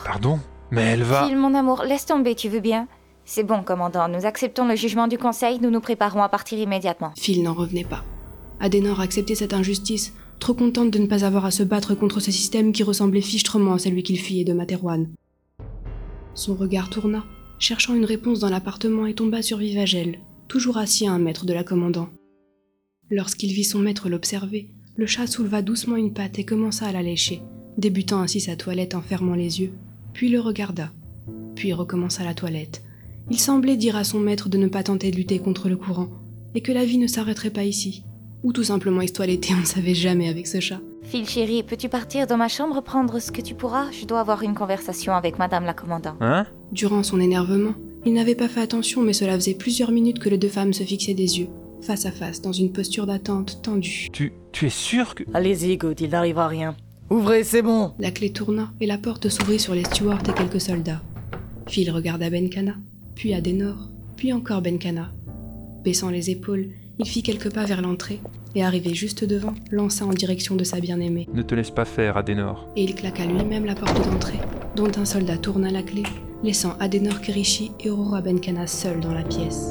Mais elle va... Phil, mon amour, laisse tomber, tu veux bien? C'est bon, commandant, nous acceptons le jugement du conseil, nous nous préparons à partir immédiatement. Phil n'en revenait pas. Adenor acceptait cette injustice, trop contente de ne pas avoir à se battre contre ce système qui ressemblait fichtrement à celui qu'il fuyait de Materwan. Son regard tourna, cherchant une réponse dans l'appartement et tomba sur Vivagel, toujours assis à un mètre de la commandant. Lorsqu'il vit son maître l'observer, le chat souleva doucement une patte et commença à la lécher, débutant ainsi sa toilette en fermant les yeux, puis le regarda, puis recommença la toilette. Il semblait dire à son maître de ne pas tenter de lutter contre le courant, et que la vie ne s'arrêterait pas ici. Ou tout simplement y se toiletter, on ne savait jamais avec ce chat. Phil, chérie, peux-tu partir dans ma chambre prendre ce que tu pourras? Je dois avoir une conversation avec madame la commandant. Hein? Durant son énervement, il n'avait pas fait attention, mais cela faisait plusieurs minutes que les deux femmes se fixaient des yeux, face à face, dans une posture d'attente tendue. Tu... tu es sûr que... Allez-y, écoute, il n'arrivera rien. Ouvrez, c'est bon. La clé tourna et la porte s'ouvrit sur les stewards et quelques soldats. Phil regarda Benkana, puis Adenor, puis encore Benkana. Baissant les épaules, il fit quelques pas vers l'entrée, et arrivé juste devant, lança en direction de sa bien-aimée. Ne te laisse pas faire, Adenor. Et il claqua lui-même la porte d'entrée, dont un soldat tourna la clé, laissant Adenor Kerishi et Aurora Benkana seuls dans la pièce.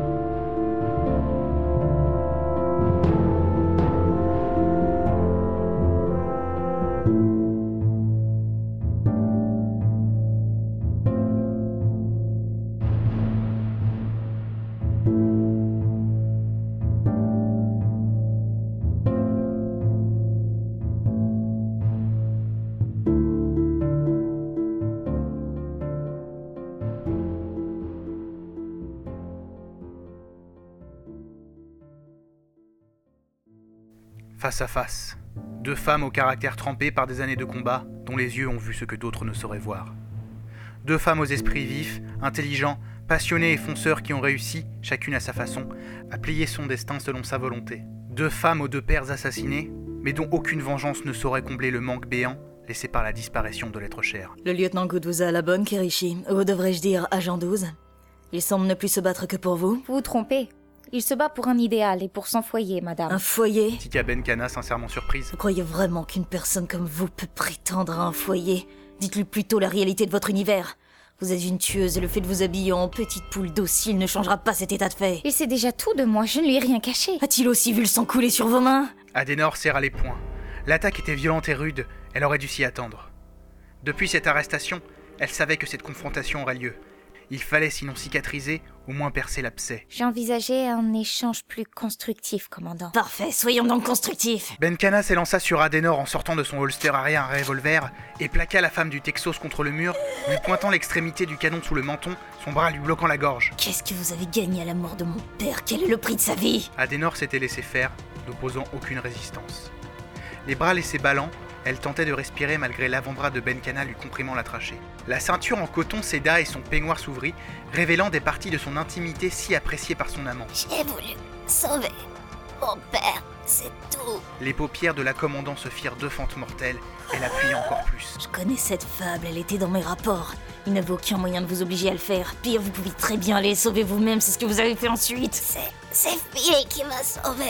Face à face, deux femmes au caractère trempé par des années de combat, dont les yeux ont vu ce que d'autres ne sauraient voir. Deux femmes aux esprits vifs, intelligents, passionnés et fonceurs qui ont réussi, chacune à sa façon, à plier son destin selon sa volonté. Deux femmes aux deux pères assassinés, mais dont aucune vengeance ne saurait combler le manque béant laissé par la disparition de l'être cher. Le lieutenant Good vous a à la bonne, Kerishi, ou devrais-je dire agent douze. Il semble ne plus se battre que pour vous. Vous vous trompez. Il se bat pour un idéal et pour son foyer, madame. Un foyer? Titia Benkana, sincèrement surprise. Vous croyez vraiment qu'une personne comme vous peut prétendre à un foyer? Dites-lui plutôt la réalité de votre univers. Vous êtes une tueuse et le fait de vous habiller en petite poule docile ne changera pas cet état de fait. Il sait déjà tout de moi, je ne lui ai rien caché. A-t-il aussi vu le sang couler sur vos mains? Adenor serra les poings. L'attaque était violente et rude, elle aurait dû s'y attendre. Depuis cette arrestation, elle savait que cette confrontation aurait lieu. Il fallait, sinon cicatriser, au moins percer l'abcès. J'ai envisagé un échange plus constructif, commandant. Parfait, soyons donc constructifs. Benkana s'élança sur Adenor en sortant de son holster arrière un revolver et plaqua la femme du Texos contre le mur, lui pointant l'extrémité du canon sous le menton, son bras lui bloquant la gorge. Qu'est-ce que vous avez gagné à la mort de mon père? Quel est le prix de sa vie? Adenor s'était laissé faire, n'opposant aucune résistance. Les bras laissés ballants, elle tentait de respirer malgré l'avant-bras de Benkana lui comprimant la trachée. La ceinture en coton céda et son peignoir s'ouvrit, révélant des parties de son intimité si appréciées par son amant. J'ai voulu sauver mon père, c'est tout. Les paupières de la commandant se firent deux fentes mortelles, elle appuyait encore plus. Je connais cette fable, elle était dans mes rapports. Il n'avait aucun moyen de vous obliger à le faire. Pire, vous pouvez très bien aller sauver vous-même, c'est ce que vous avez fait ensuite. C'est... c'est Phil qui m'a sauvé.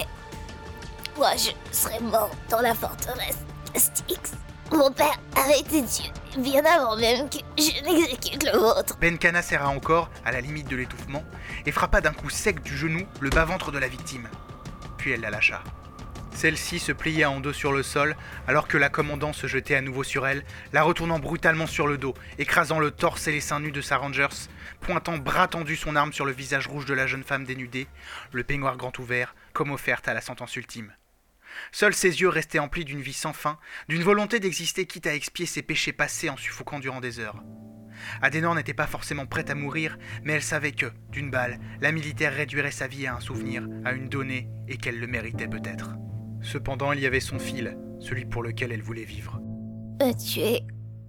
Moi, je serais mort dans la forteresse Styx. Mon père avait été tué bien avant même que je n'exécute le vôtre. Benkana serra encore, à la limite de l'étouffement, et frappa d'un coup sec du genou le bas-ventre de la victime. Puis elle la lâcha. Celle-ci se plia en deux sur le sol, alors que la commandant se jetait à nouveau sur elle, la retournant brutalement sur le dos, écrasant le torse et les seins nus de sa Rangers, pointant bras tendu son arme sur le visage rouge de la jeune femme dénudée, le peignoir grand ouvert, comme offerte à la sentence ultime. Seuls ses yeux restaient emplis d'une vie sans fin, d'une volonté d'exister quitte à expier ses péchés passés en suffoquant durant des heures. Adenor n'était pas forcément prête à mourir, mais elle savait que, d'une balle, la militaire réduirait sa vie à un souvenir, à une donnée, et qu'elle le méritait peut-être. Cependant, il y avait son fil, celui pour lequel elle voulait vivre. Me tuer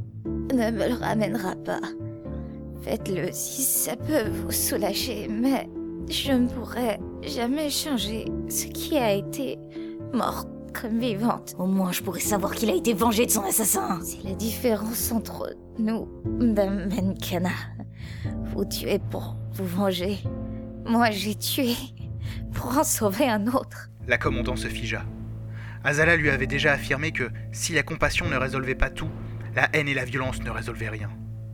ne me le ramènera pas. Faites-le si ça peut vous soulager, mais je ne pourrai jamais changer ce qui a été morte comme vivante. Au moins, je pourrais savoir qu'il a été vengé de son assassin. C'est la différence entre nous, Madame Benkana. Vous tuez pour vous venger. Moi, j'ai tué pour en sauver un autre. La commandant se figea. Azala lui avait déjà affirmé que, si la compassion ne résolvait pas tout, la haine et la violence ne résolvaient rien.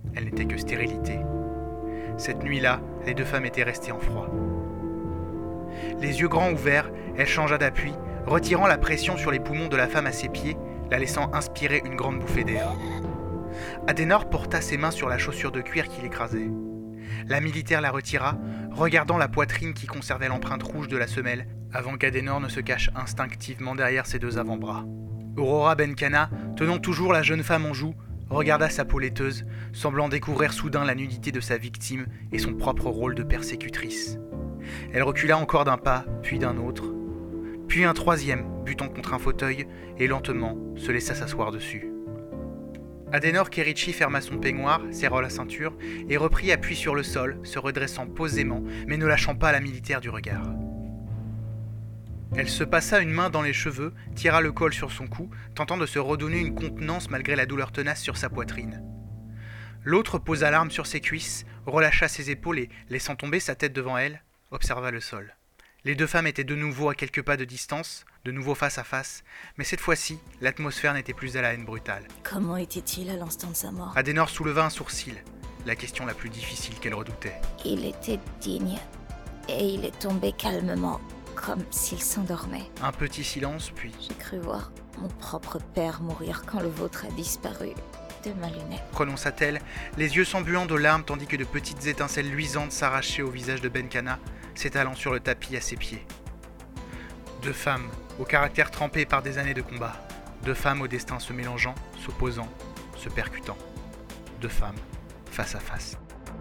elle n'était que stérilité. Cette nuit-là, les deux femmes étaient restées en froid. Les yeux grands ouverts, elle changea d'appui, retirant la pression sur les poumons de la femme à ses pieds, la laissant inspirer une grande bouffée d'air. Adenor porta ses mains sur la chaussure de cuir qui l'écrasait. La militaire la retira, regardant la poitrine qui conservait l'empreinte rouge de la semelle, avant qu'Adenor ne se cache instinctivement derrière ses deux avant-bras. Aurora Benkana, tenant toujours la jeune femme en joue, regarda sa peau laiteuse, semblant découvrir soudain la nudité de sa victime et son propre rôle de persécutrice. Elle recula encore d'un pas, puis d'un autre, puis un troisième, butant contre un fauteuil, et lentement se laissa s'asseoir dessus. Adenor Kerichi ferma son peignoir, serra la ceinture, et reprit appui sur le sol, se redressant posément, mais ne lâchant pas la militaire du regard. Elle se passa une main dans les cheveux, tira le col sur son cou, tentant de se redonner une contenance malgré la douleur tenace sur sa poitrine. L'autre posa l'arme sur ses cuisses, relâcha ses épaules et, laissant tomber sa tête devant elle, observa le sol. Les deux femmes étaient de nouveau à quelques pas de distance, de nouveau face à face, mais cette fois-ci, l'atmosphère n'était plus à la haine brutale. Comment était-il à l'instant de sa mort? Adenor souleva un sourcil, la question la plus difficile qu'elle redoutait. Il était digne, et il est tombé calmement, comme s'il s'endormait. Un petit silence, puis... J'ai cru voir mon propre père mourir quand le vôtre a disparu de ma lunette. Prononça-t-elle, les yeux s'embuant de larmes tandis que de petites étincelles luisantes s'arrachaient au visage de Benkana, s'étalant sur le tapis à ses pieds. Deux femmes, au caractère trempé par des années de combat. Deux femmes au destin se mélangeant, s'opposant, se percutant. Deux femmes, face à face.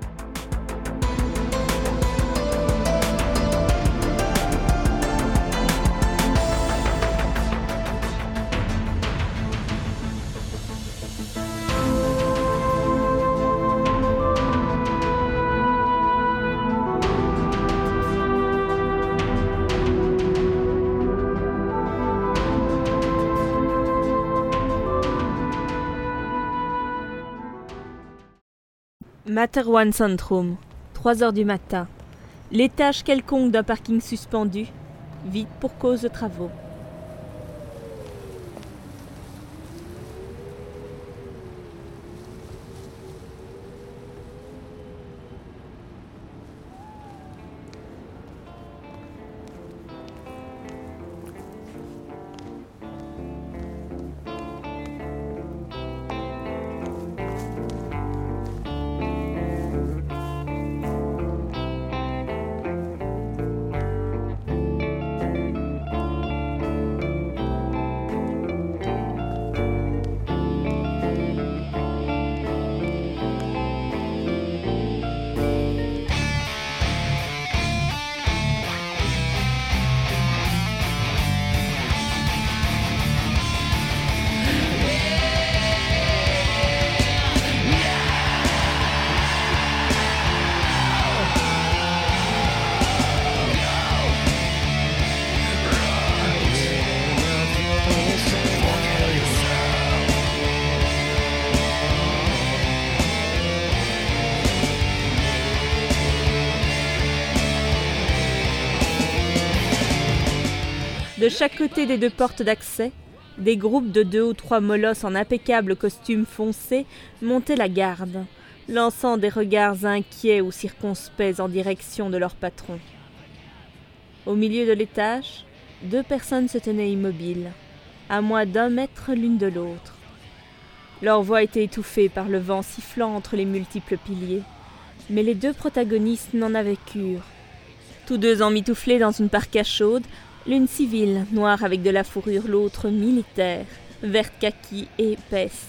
Materwan Centrum, trois heures du matin. L'étage quelconque d'un parking suspendu, vide pour cause de travaux. De chaque côté des deux portes d'accès, des groupes de deux ou trois molosses en impeccable costume foncé montaient la garde, lançant des regards inquiets ou circonspects en direction de leur patron. Au milieu de l'étage, deux personnes se tenaient immobiles, à moins d'un mètre l'une de l'autre. Leur voix était étouffée par le vent sifflant entre les multiples piliers, mais les deux protagonistes n'en avaient cure. Tous deux emmitouflés dans une parka chaude, l'une civile, noire avec de la fourrure, l'autre militaire, verte kaki et épaisse.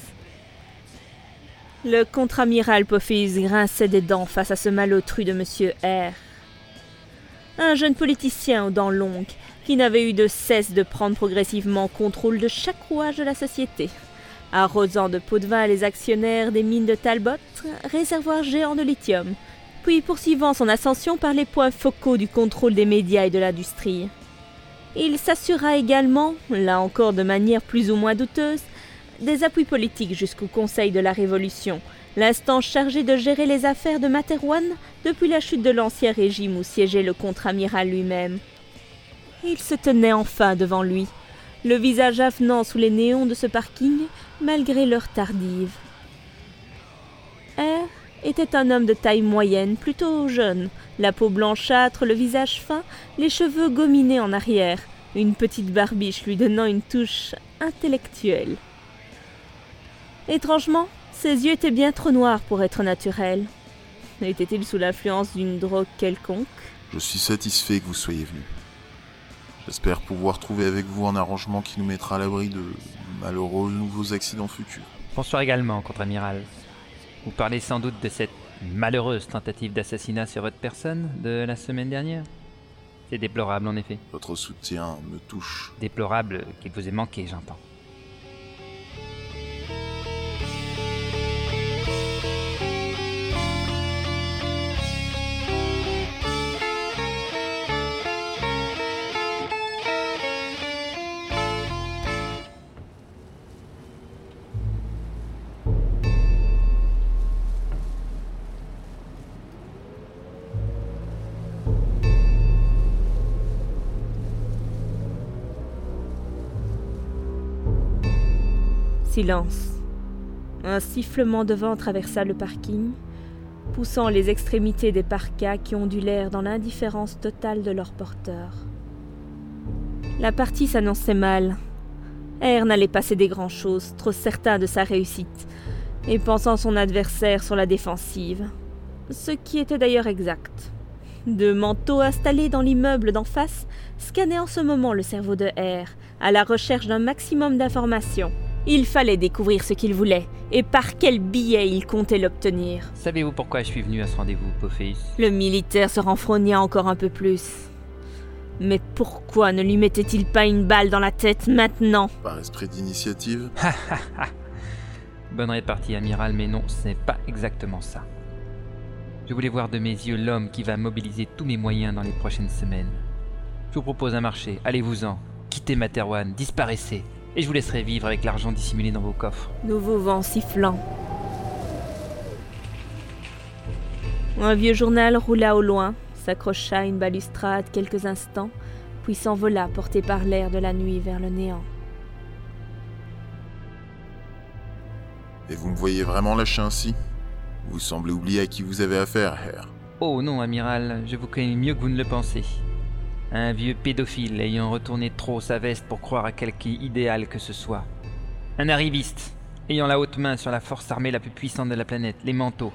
Le contre-amiral Pophéus grinçait des dents face à ce malotru de Monsieur R. Un jeune politicien aux dents longues, qui n'avait eu de cesse de prendre progressivement contrôle de chaque rouage de la société, arrosant de pots de vin les actionnaires des mines de Talbot, réservoirs géants de lithium, puis poursuivant son ascension par les points focaux du contrôle des médias et de l'industrie. Il s'assura également, là encore de manière plus ou moins douteuse, des appuis politiques jusqu'au Conseil de la Révolution, l'instance chargée de gérer les affaires de Materwan depuis la chute de l'ancien régime où siégeait le contre-amiral lui-même. Il se tenait enfin devant lui, le visage avenant sous les néons de ce parking, malgré l'heure tardive. R était un homme de taille moyenne, plutôt jeune, la peau blanchâtre, le visage fin, les cheveux gominés en arrière, une petite barbiche lui donnant une touche intellectuelle. Étrangement, ses yeux étaient bien trop noirs pour être naturels. Était-il sous l'influence d'une drogue quelconque ? Je suis satisfait que vous soyez venu. J'espère pouvoir trouver avec vous un arrangement qui nous mettra à l'abri de malheureux nouveaux accidents futurs. Bonsoir également, contre-amiral. Vous parlez sans doute de cette malheureuse tentative d'assassinat sur votre personne de la semaine dernière ? C'est déplorable en effet. Votre soutien me touche. Déplorable qu'il vous ait manqué, j'entends. Silence. Un sifflement de vent traversa le parking, poussant les extrémités des parkas qui ondulèrent dans l'indifférence totale de leurs porteurs. La partie s'annonçait mal. R n'allait pas céder grand-chose, trop certain de sa réussite, et pensant son adversaire sur la défensive. Ce qui était d'ailleurs exact. Deux manteaux installés dans l'immeuble d'en face scannaient en ce moment le cerveau de R, à la recherche d'un maximum d'informations. Il fallait découvrir ce qu'il voulait, et par quel billet il comptait l'obtenir. Savez-vous pourquoi je suis venu à ce rendez-vous, Pophéus ? Le militaire se renfrogna encore un peu plus. Mais pourquoi ne lui mettait-il pas une balle dans la tête maintenant ? Par esprit d'initiative ? Bonne répartie, amiral, mais non, ce n'est pas exactement ça. Je voulais voir de mes yeux l'homme qui va mobiliser tous mes moyens dans les prochaines semaines. Je vous propose un marché, allez-vous-en, quittez Materwan, disparaissez. Et je vous laisserai vivre avec l'argent dissimulé dans vos coffres. Nouveau vent sifflant. Un vieux journal roula au loin, s'accrocha à une balustrade quelques instants, puis s'envola porté par l'air de la nuit vers le néant. Et vous me voyez vraiment lâcher ainsi ? Vous semblez oublier à qui vous avez affaire, Herr. Oh non, amiral, je vous connais mieux que vous ne le pensez. Un vieux pédophile ayant retourné trop sa veste pour croire à quelque idéal que ce soit. Un arriviste, ayant la haute main sur la force armée la plus puissante de la planète, les manteaux.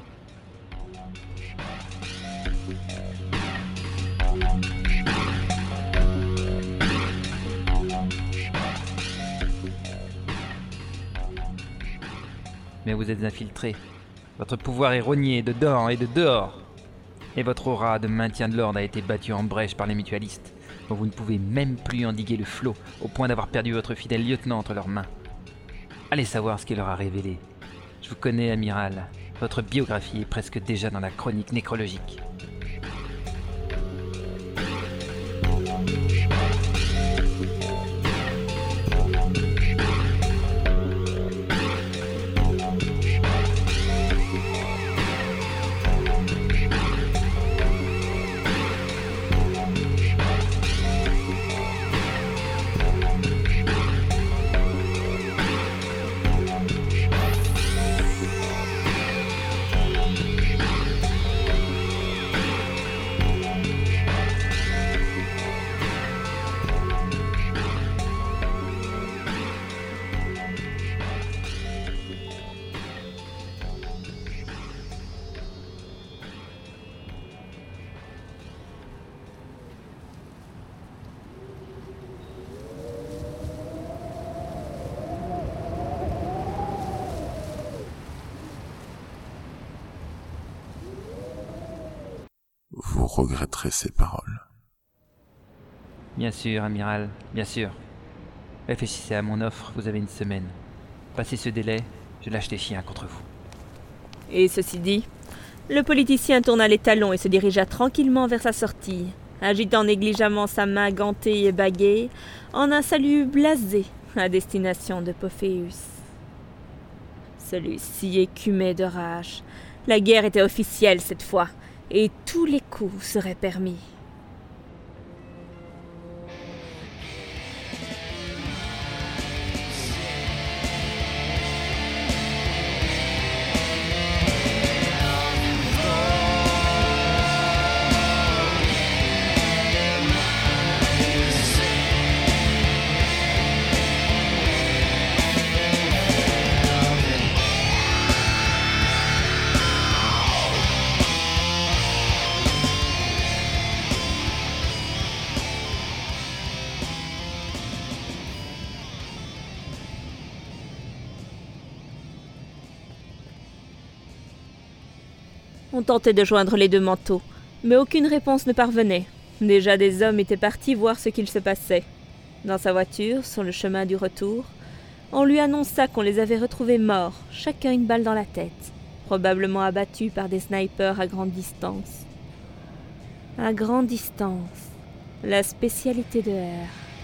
Mais vous êtes infiltré. Votre pouvoir est rogné de dedans et de dehors. Et votre aura de maintien de l'ordre a été battue en brèche par les mutualistes, dont vous ne pouvez même plus endiguer le flot, au point d'avoir perdu votre fidèle lieutenant entre leurs mains. Allez savoir ce qu'il leur a révélé. Je vous connais, amiral. Votre biographie est presque déjà dans la chronique nécrologique. Vous regretterez ces paroles. Bien sûr, amiral, bien sûr. Réfléchissez à mon offre, vous avez une semaine. Passez ce délai, je lâche les chiens contre vous. Et ceci dit, le politicien tourna les talons et se dirigea tranquillement vers sa sortie, agitant négligemment sa main gantée et baguée, en un salut blasé à destination de Pophéus. Celui-ci écumait de rage. La guerre était officielle cette fois, et tous les coups seraient permis. On tentait de joindre les deux manteaux, mais aucune réponse ne parvenait. Déjà des hommes étaient partis voir ce qu'il se passait. Dans sa voiture, sur le chemin du retour, on lui annonça qu'on les avait retrouvés morts, chacun une balle dans la tête, probablement abattus par des snipers à grande distance. À grande distance, la spécialité de R.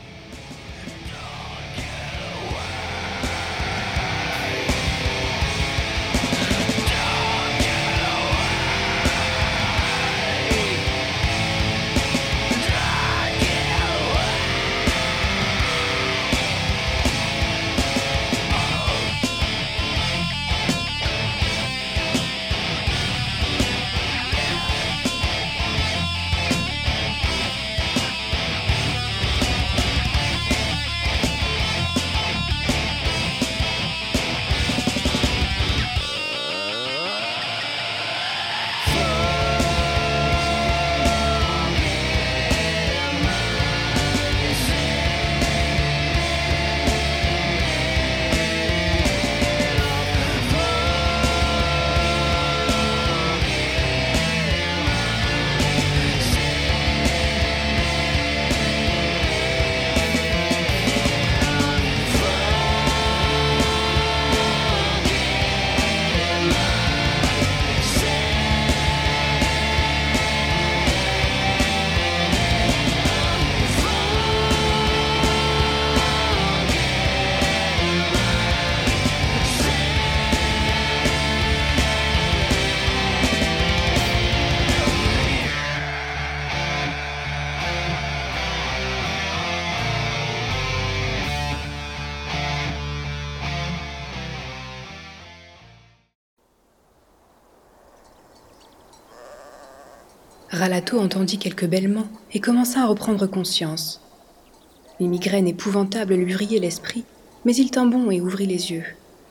Ralato entendit quelques bêlements et commença à reprendre conscience. Les migraines épouvantables lui vrillaient l'esprit, mais il tint bon et ouvrit les yeux.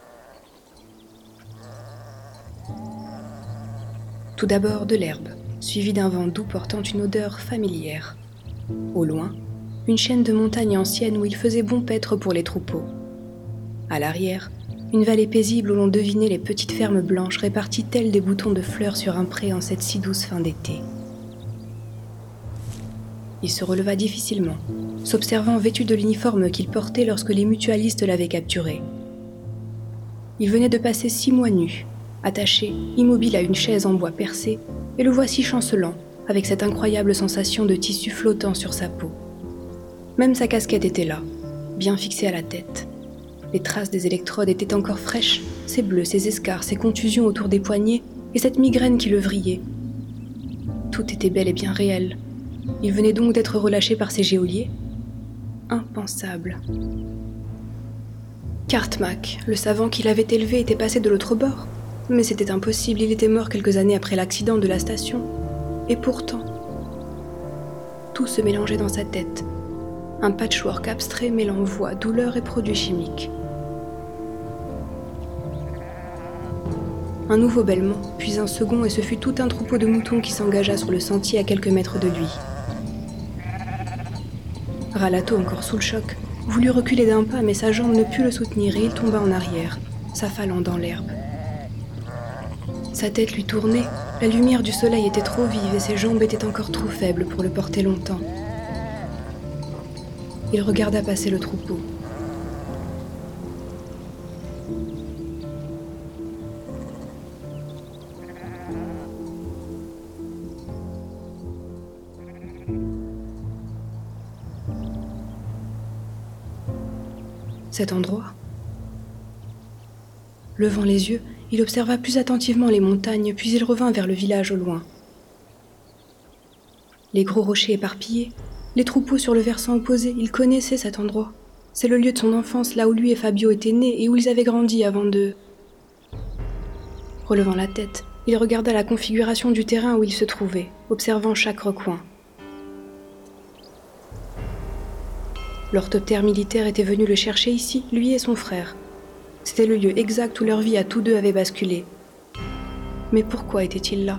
Tout d'abord de l'herbe, suivie d'un vent doux portant une odeur familière. Au loin, une chaîne de montagnes anciennes où il faisait bon paître pour les troupeaux. À l'arrière, une vallée paisible où l'on devinait les petites fermes blanches réparties telles des boutons de fleurs sur un pré en cette si douce fin d'été. Il se releva difficilement, s'observant vêtu de l'uniforme qu'il portait lorsque les mutualistes l'avaient capturé. Il venait de passer six mois nu, attaché, immobile à une chaise en bois percé, et le voici chancelant, avec cette incroyable sensation de tissu flottant sur sa peau. Même sa casquette était là, bien fixée à la tête. Les traces des électrodes étaient encore fraîches, ses bleus, ses escarres, ses contusions autour des poignets, et cette migraine qui le vrillait. Tout était bel et bien réel. Il venait donc d'être relâché par ses geôliers. Impensable. Cartmack, le savant qui l'avait élevé, était passé de l'autre bord. Mais c'était impossible, il était mort quelques années après l'accident de la station. Et pourtant, tout se mélangeait dans sa tête. Un patchwork abstrait mêlant voix, douleur et produits chimiques. Un nouveau bêlement, puis un second, et ce fut tout un troupeau de moutons qui s'engagea sur le sentier à quelques mètres de lui. Ralato, encore sous le choc, voulut reculer d'un pas, mais sa jambe ne put le soutenir et il tomba en arrière, s'affalant dans l'herbe. Sa tête lui tournait, la lumière du soleil était trop vive et ses jambes étaient encore trop faibles pour le porter longtemps. Il regarda passer le troupeau. Cet endroit. Levant les yeux, il observa plus attentivement les montagnes, puis il revint vers le village au loin. Les gros rochers éparpillés, les troupeaux sur le versant opposé, il connaissait cet endroit. C'est le lieu de son enfance, là où lui et Fabio étaient nés et où ils avaient grandi avant de... Relevant la tête, il regarda la configuration du terrain où il se trouvait, observant chaque recoin. L'orthoptère militaire était venu le chercher ici, lui et son frère. C'était le lieu exact où leur vie à tous deux avait basculé. Mais pourquoi était-il là ?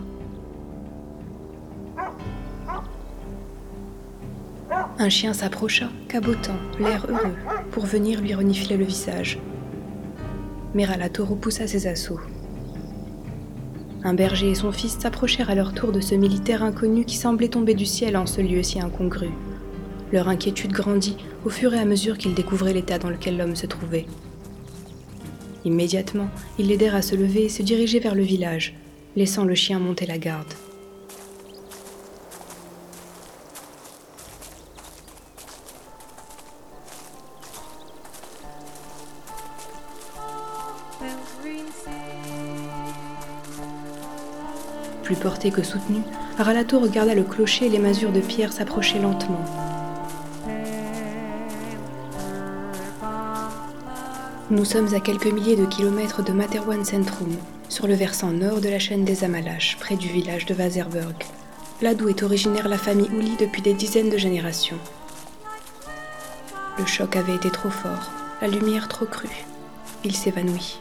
Un chien s'approcha, cabotant, l'air heureux, pour venir lui renifler le visage. Mais Ralato repoussa ses assauts. Un berger et son fils s'approchèrent à leur tour de ce militaire inconnu qui semblait tomber du ciel en ce lieu si incongru. Leur inquiétude grandit au fur et à mesure qu'ils découvraient l'état dans lequel l'homme se trouvait. Immédiatement, ils l'aidèrent à se lever et se diriger vers le village, laissant le chien monter la garde. Plus porté que soutenu, Aralato regarda le clocher et les masures de pierre s'approcher lentement. Nous sommes à quelques milliers de kilomètres de Materwan Centrum, sur le versant nord de la chaîne des Amalaches, près du village de Vazerburg, là d'où est originaire la famille Uli depuis des dizaines de générations. Le choc avait été trop fort, la lumière trop crue. Il s'évanouit.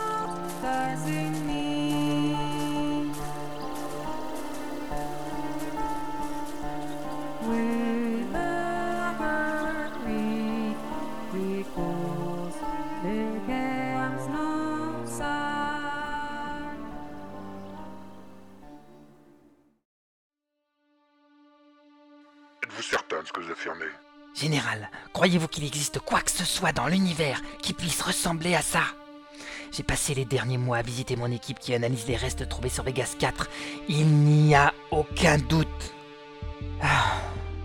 Êtes-vous certain de ce que vous affirmez ? Général, croyez-vous qu'il existe quoi que ce soit dans l'univers qui puisse ressembler à ça ? J'ai passé les derniers mois à visiter mon équipe qui analyse les restes trouvés sur Vegas quatre. Il n'y a aucun doute. Ah.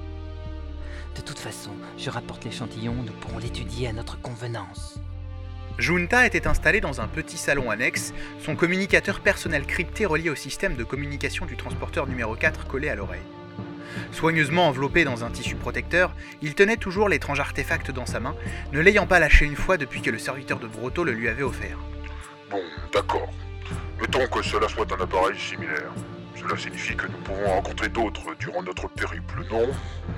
De toute façon, je rapporte l'échantillon, nous pourrons l'étudier à notre convenance. Junta était installé dans un petit salon annexe, son communicateur personnel crypté relié au système de communication du transporteur numéro quatre collé à l'oreille. Soigneusement enveloppé dans un tissu protecteur, il tenait toujours l'étrange artefact dans sa main, ne l'ayant pas lâché une fois depuis que le serviteur de Brotto le lui avait offert. Bon, d'accord. Mettons que cela soit un appareil similaire. Cela signifie que nous pouvons rencontrer d'autres durant notre périple, non ?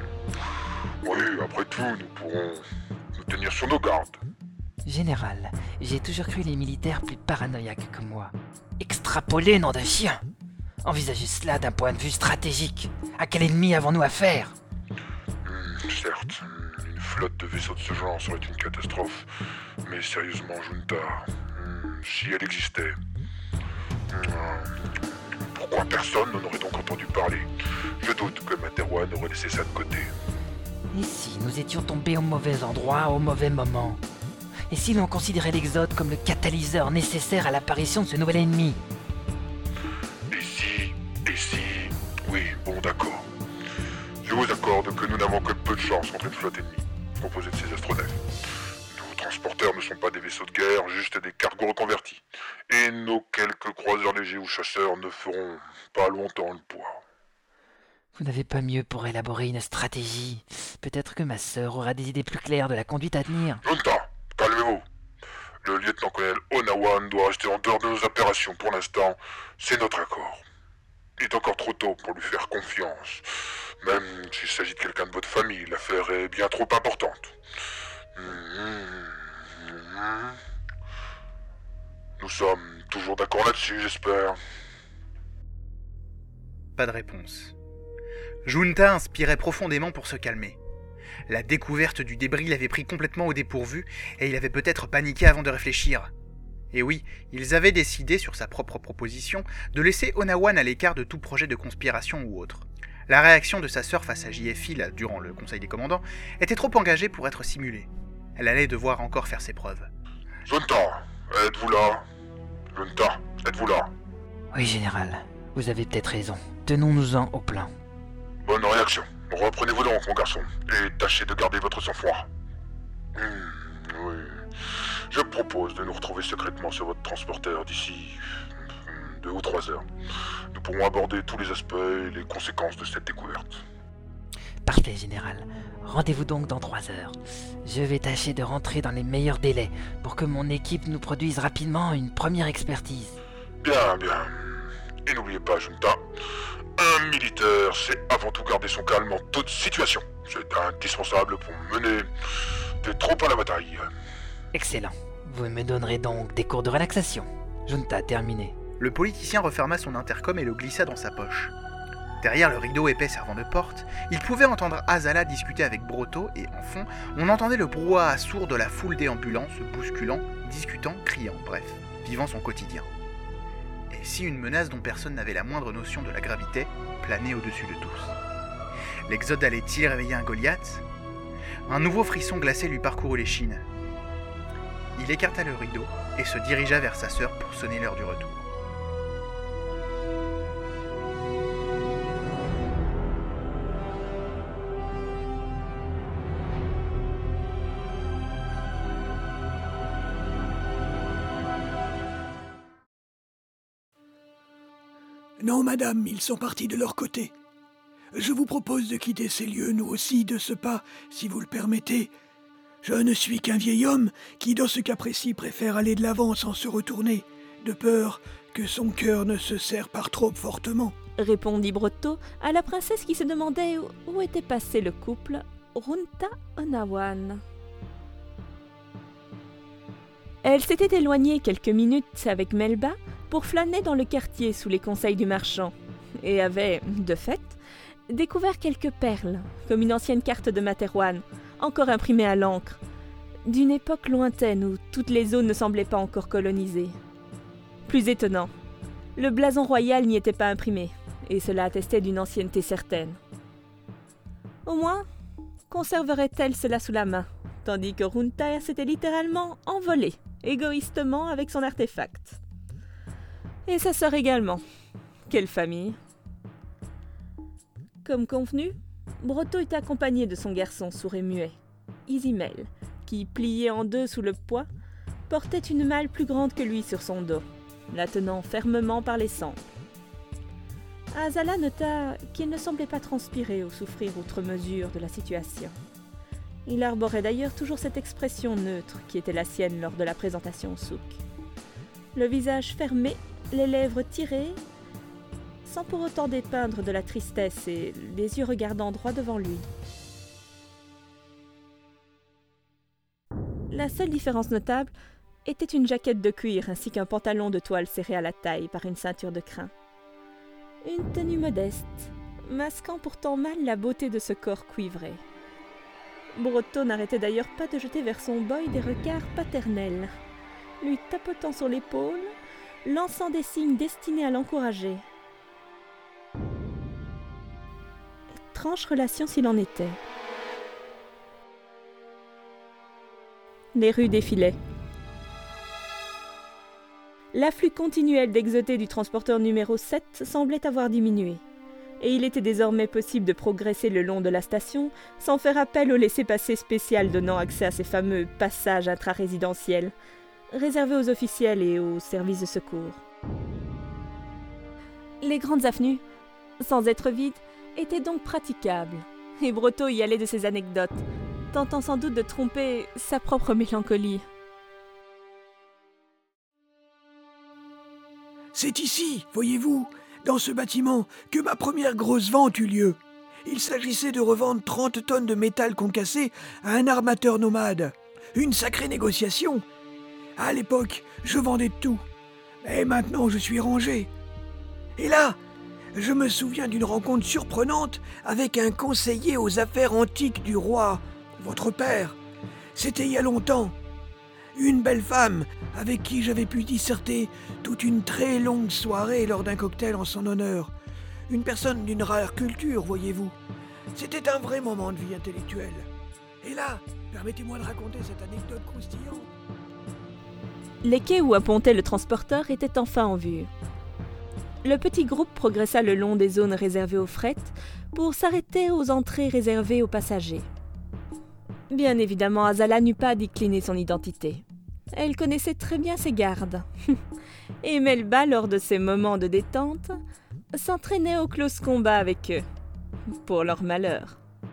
Oui, après tout, nous pourrons nous tenir sur nos gardes. Général, j'ai toujours cru les militaires plus paranoïaques que moi. Extrapoler, nom de chien ! Envisagez cela d'un point de vue stratégique. À quel ennemi avons-nous affaire ? mmh, Certes, une flotte de vaisseaux de ce genre serait une catastrophe. Mais sérieusement, Junta, mmh, si elle existait, mmh, pourquoi personne n'en aurait donc entendu parler ? Je doute que Materwan aurait laissé ça de côté. Et si nous étions tombés au mauvais endroit, au mauvais moment ? Et si l'on considérait l'Exode comme le catalyseur nécessaire à l'apparition de ce nouvel ennemi ? Et si, et si... Oui, bon d'accord. Je vous accorde que nous n'avons que peu de chance contre une flotte ennemie, composée de ces astronefs. Nos transporteurs ne sont pas des vaisseaux de guerre, juste des cargos reconvertis. Et nos quelques croiseurs légers ou chasseurs ne feront pas longtemps le poids. Vous n'avez pas mieux pour élaborer une stratégie. Peut-être que ma sœur aura des idées plus claires de la conduite à tenir. Junta, calmez-vous. Le lieutenant-colonel Onawan doit rester en dehors de nos opérations pour l'instant. C'est notre accord. Il est encore trop tôt pour lui faire confiance. Même s'il s'agit de quelqu'un de votre famille, l'affaire est bien trop importante. Nous sommes toujours d'accord là-dessus, j'espère. Pas de réponse. Junta inspirait profondément pour se calmer. La découverte du débris l'avait pris complètement au dépourvu et il avait peut-être paniqué avant de réfléchir. Et oui, ils avaient décidé, sur sa propre proposition, de laisser Onawan à l'écart de tout projet de conspiration ou autre. La réaction de sa sœur face à J F I, là, durant le conseil des commandants, était trop engagée pour être simulée. Elle allait devoir encore faire ses preuves. Junta, êtes-vous là ? Junta, êtes-vous là ? Oui, général, vous avez peut-être raison. Tenons-nous-en au plan. Bonne réaction. Reprenez-vous donc, mon garçon, et tâchez de garder votre sang-froid. Mmh, oui. Je propose de nous retrouver secrètement sur votre transporteur d'ici deux ou trois heures. Nous pourrons aborder tous les aspects et les conséquences de cette découverte. Parfait, général. Rendez-vous donc dans trois heures. Je vais tâcher de rentrer dans les meilleurs délais pour que mon équipe nous produise rapidement une première expertise. Bien, bien. Et n'oubliez pas, Junta, un militaire sait avant tout garder son calme en toute situation. C'est indispensable pour mener des troupes à la bataille. Excellent. Vous me donnerez donc des cours de relaxation. Junta, terminé. Le politicien referma son intercom et le glissa dans sa poche. Derrière le rideau épais servant de porte, il pouvait entendre Azala discuter avec Brotto et, en fond, on entendait le brouhaha sourd de la foule déambulant, se bousculant, discutant, criant, bref, vivant son quotidien. et si une menace dont personne n'avait la moindre notion de la gravité planait au-dessus de tous? L'exode allait-il réveiller un Goliath? Un nouveau frisson glacé lui parcourut l'échine. Il écarta le rideau et se dirigea vers sa sœur pour sonner l'heure du retour. Non, madame, ils sont partis de leur côté. Je vous propose de quitter ces lieux, nous aussi, de ce pas, si vous le permettez. Je ne suis qu'un vieil homme qui, dans ce cas précis, préfère aller de l'avant sans se retourner, de peur que son cœur ne se serre par trop fortement. Répondit Brotto à la princesse qui se demandait où, où était passé le couple Runta Onawan. Elle s'était éloignée quelques minutes avec Melba pour flâner dans le quartier sous les conseils du marchand, et avait, de fait, découvert quelques perles, comme une ancienne carte de Materwan, encore imprimée à l'encre, d'une époque lointaine où toutes les zones ne semblaient pas encore colonisées. Plus étonnant, le blason royal n'y était pas imprimé, et cela attestait d'une ancienneté certaine. Au moins, conserverait-elle cela sous la main, tandis que Runta s'était littéralement envolée, égoïstement avec son artefact. Et sa sœur également. Quelle famille! Comme convenu, Brotto était accompagné de son garçon sourd et muet, Isimel, qui, plié en deux sous le poids, portait une malle plus grande que lui sur son dos, la tenant fermement par les sangles. Azala nota qu'il ne semblait pas transpirer ou souffrir outre mesure de la situation. Il arborait d'ailleurs toujours cette expression neutre qui était la sienne lors de la présentation au souk. Le visage fermé, les lèvres tirées, sans pour autant dépeindre de la tristesse et les yeux regardant droit devant lui. La seule différence notable était une jaquette de cuir ainsi qu'un pantalon de toile serré à la taille par une ceinture de crin. Une tenue modeste, masquant pourtant mal la beauté de ce corps cuivré. Brotto n'arrêtait d'ailleurs pas de jeter vers son boy des regards paternels, lui tapotant sur l'épaule, lançant des signes destinés à l'encourager. Étrange relation s'il en était. Les rues défilaient. L'afflux continuel d'exotés du transporteur numéro sept semblait avoir diminué, et il était désormais possible de progresser le long de la station sans faire appel au laissez-passer spécial donnant accès à ces fameux passages intra-résidentiels, réservés aux officiels et aux services de secours. Les grandes avenues, sans être vides, étaient donc praticables, et Brotto y allait de ses anecdotes, tentant sans doute de tromper sa propre mélancolie. C'est ici, voyez-vous, dans ce bâtiment, que ma première grosse vente eut lieu. Il s'agissait de revendre trente tonnes de métal concassé à un armateur nomade. Une sacrée négociation. À l'époque, je vendais de tout. Mais maintenant, je suis rangé. Et là, je me souviens d'une rencontre surprenante avec un conseiller aux affaires antiques du roi, votre père. C'était il y a longtemps. Une belle femme avec qui j'avais pu disserter toute une très longue soirée lors d'un cocktail en son honneur. Une personne d'une rare culture, voyez-vous. C'était un vrai moment de vie intellectuelle. Et là, permettez-moi de raconter cette anecdote croustillante. Les quais où appontait le transporteur étaient enfin en vue. Le petit groupe progressa le long des zones réservées aux fret pour s'arrêter aux entrées réservées aux passagers. Bien évidemment, Azala n'eut pas à décliner son identité. Elle connaissait très bien ses gardes. Et Melba, lors de ces moments de détente, s'entraînait au close combat avec eux, pour leur malheur.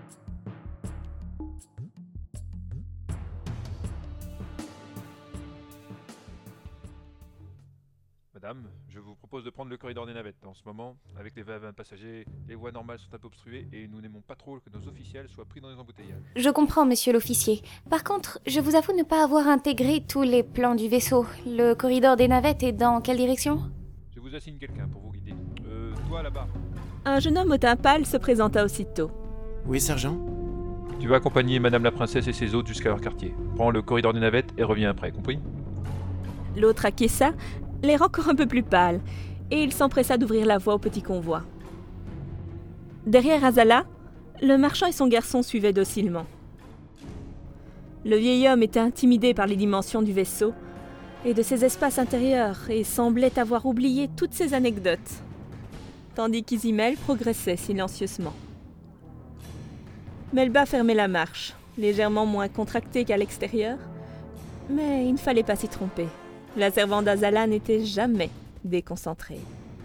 Madame, je vous propose de prendre le corridor des navettes. En ce moment, avec les vingt passagers, les voies normales sont un peu obstruées et nous n'aimons pas trop que nos officiels soient pris dans les embouteillages. Je comprends, monsieur l'officier. Par contre, je vous avoue ne pas avoir intégré tous les plans du vaisseau. Le corridor des navettes est dans quelle direction ? Je vous assigne quelqu'un pour vous guider. Euh, toi là-bas. Un jeune homme au teint pâle se présenta aussitôt. Oui, sergent ? Tu vas accompagner madame la princesse et ses hôtes jusqu'à leur quartier. Prends le corridor des navettes et reviens après, compris ? L'autre acquiesça, l'air encore un peu plus pâle, et il s'empressa d'ouvrir la voie au petit convoi. Derrière Azala, le marchand et son garçon suivaient docilement. Le vieil homme était intimidé par les dimensions du vaisseau et de ses espaces intérieurs et semblait avoir oublié toutes ses anecdotes, tandis qu'Izimel progressait silencieusement. Melba fermait la marche, légèrement moins contractée qu'à l'extérieur, mais il ne fallait pas s'y tromper. La servante d'Azala n'était jamais déconcentrée.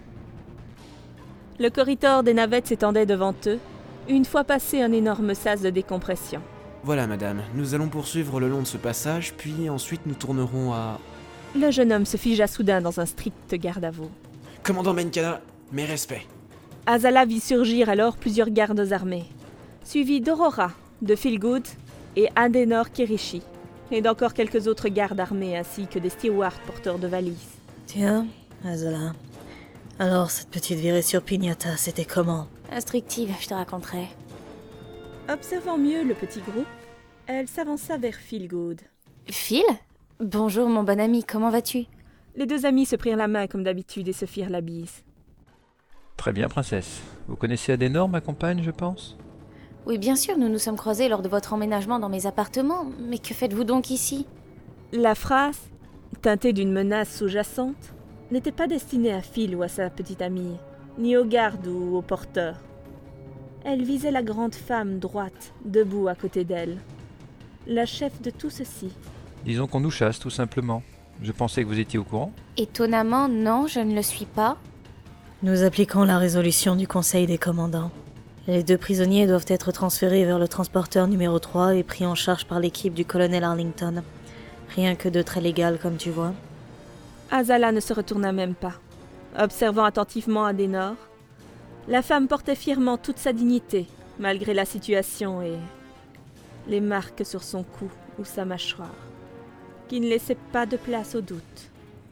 Le corridor des navettes s'étendait devant eux, une fois passé un énorme sas de décompression. Voilà, madame, nous allons poursuivre le long de ce passage, puis ensuite nous tournerons à... Le jeune homme se figea soudain dans un strict garde-à-vous. Commandant Benkana, mes respects. Azala vit surgir alors plusieurs gardes armés, suivis d'Aurora, de Feelgood et Adenor Kirishi, et d'encore quelques autres gardes armés ainsi que des stewards porteurs de valises. Tiens, Azala, alors cette petite virée sur Pignata, c'était comment? Instructive, je te raconterai. Observant mieux le petit groupe, elle s'avança vers Feelgood. Phil? Bonjour mon bon ami, comment vas-tu? Les deux amis se prirent la main comme d'habitude et se firent la bise. Très bien, princesse. Vous connaissez Adenor, ma compagne, je pense? Oui, bien sûr, nous nous sommes croisés lors de votre emménagement dans mes appartements, mais que faites-vous donc ici? La phrase, teintée d'une menace sous-jacente, n'était pas destinée à Phil ou à sa petite amie, ni aux gardes ou aux porteurs. Elle visait la grande femme droite, debout à côté d'elle, la chef de tout ceci. Disons qu'on nous chasse, tout simplement. Je pensais que vous étiez au courant. Étonnamment, non, je ne le suis pas. Nous appliquons la résolution du Conseil des commandants. Les deux prisonniers doivent être transférés vers le transporteur numéro trois et pris en charge par l'équipe du colonel Arlington. Rien que de très légal, comme tu vois. Azala ne se retourna même pas. Observant attentivement Adenor, la femme portait fièrement toute sa dignité, malgré la situation et les marques sur son cou ou sa mâchoire, qui ne laissaient pas de place au doute.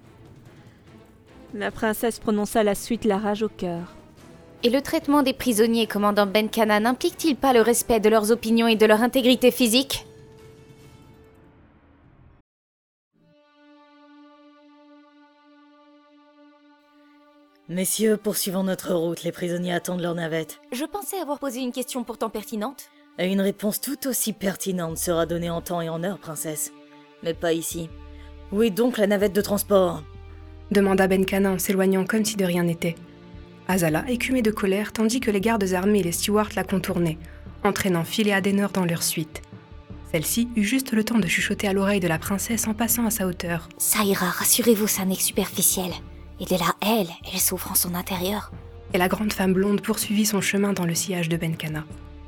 La princesse prononça la suite la rage au cœur. Et le traitement des prisonniers, commandant Benkana, n'implique-t-il pas le respect de leurs opinions et de leur intégrité physique? Messieurs, poursuivons notre route, les prisonniers attendent leur navette. Je pensais avoir posé une question pourtant pertinente. Et une réponse tout aussi pertinente sera donnée en temps et en heure, princesse. Mais pas ici. Où est donc la navette de transport? Demanda Benkana en s'éloignant comme si de rien n'était. Azala écumait de colère tandis que les gardes armés et les stewards la contournaient, entraînant Phil et Adenor dans leur suite. Celle-ci eut juste le temps de chuchoter à l'oreille de la princesse en passant à sa hauteur. Ça ira, rassurez-vous, ça n'est que superficiel. Il est là, elle, elle souffre en son intérieur. Et la grande femme blonde poursuivit son chemin dans le sillage de Benkana.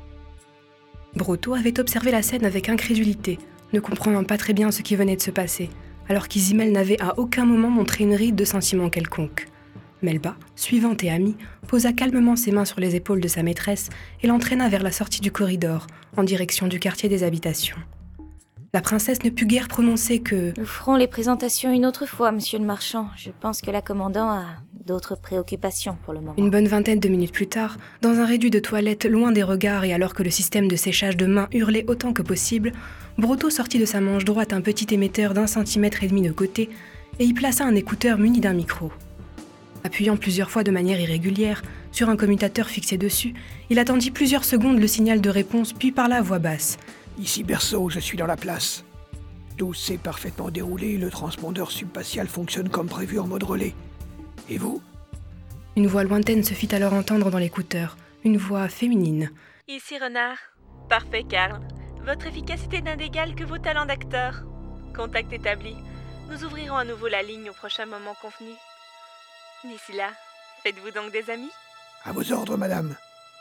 Broto avait observé la scène avec incrédulité, ne comprenant pas très bien ce qui venait de se passer, alors qu'Izimel n'avait à aucun moment montré une ride de sentiment quelconque. Melba, suivante et amie, posa calmement ses mains sur les épaules de sa maîtresse et l'entraîna vers la sortie du corridor, en direction du quartier des habitations. La princesse ne put guère prononcer que... Nous ferons les présentations une autre fois, monsieur le marchand. Je pense que la commandant a d'autres préoccupations pour le moment. Une bonne vingtaine de minutes plus tard, dans un réduit de toilette loin des regards et alors que le système de séchage de mains hurlait autant que possible, Broto sortit de sa manche droite un petit émetteur d'un centimètre et demi de côté et y plaça un écouteur muni d'un micro. Appuyant plusieurs fois de manière irrégulière sur un commutateur fixé dessus, il attendit plusieurs secondes le signal de réponse puis parla à voix basse. « Ici Berceau, je suis dans la place. Tout s'est parfaitement déroulé, le transpondeur subspatial fonctionne comme prévu en mode relais. Et vous ?» Une voix lointaine se fit alors entendre dans l'écouteur, une voix féminine. « Ici Renard. Parfait, Karl. Votre efficacité n'est d'égale que vos talents d'acteur. Contact établi. Nous ouvrirons à nouveau la ligne au prochain moment convenu. D'ici là, faites-vous donc des amis ? » À vos ordres, madame.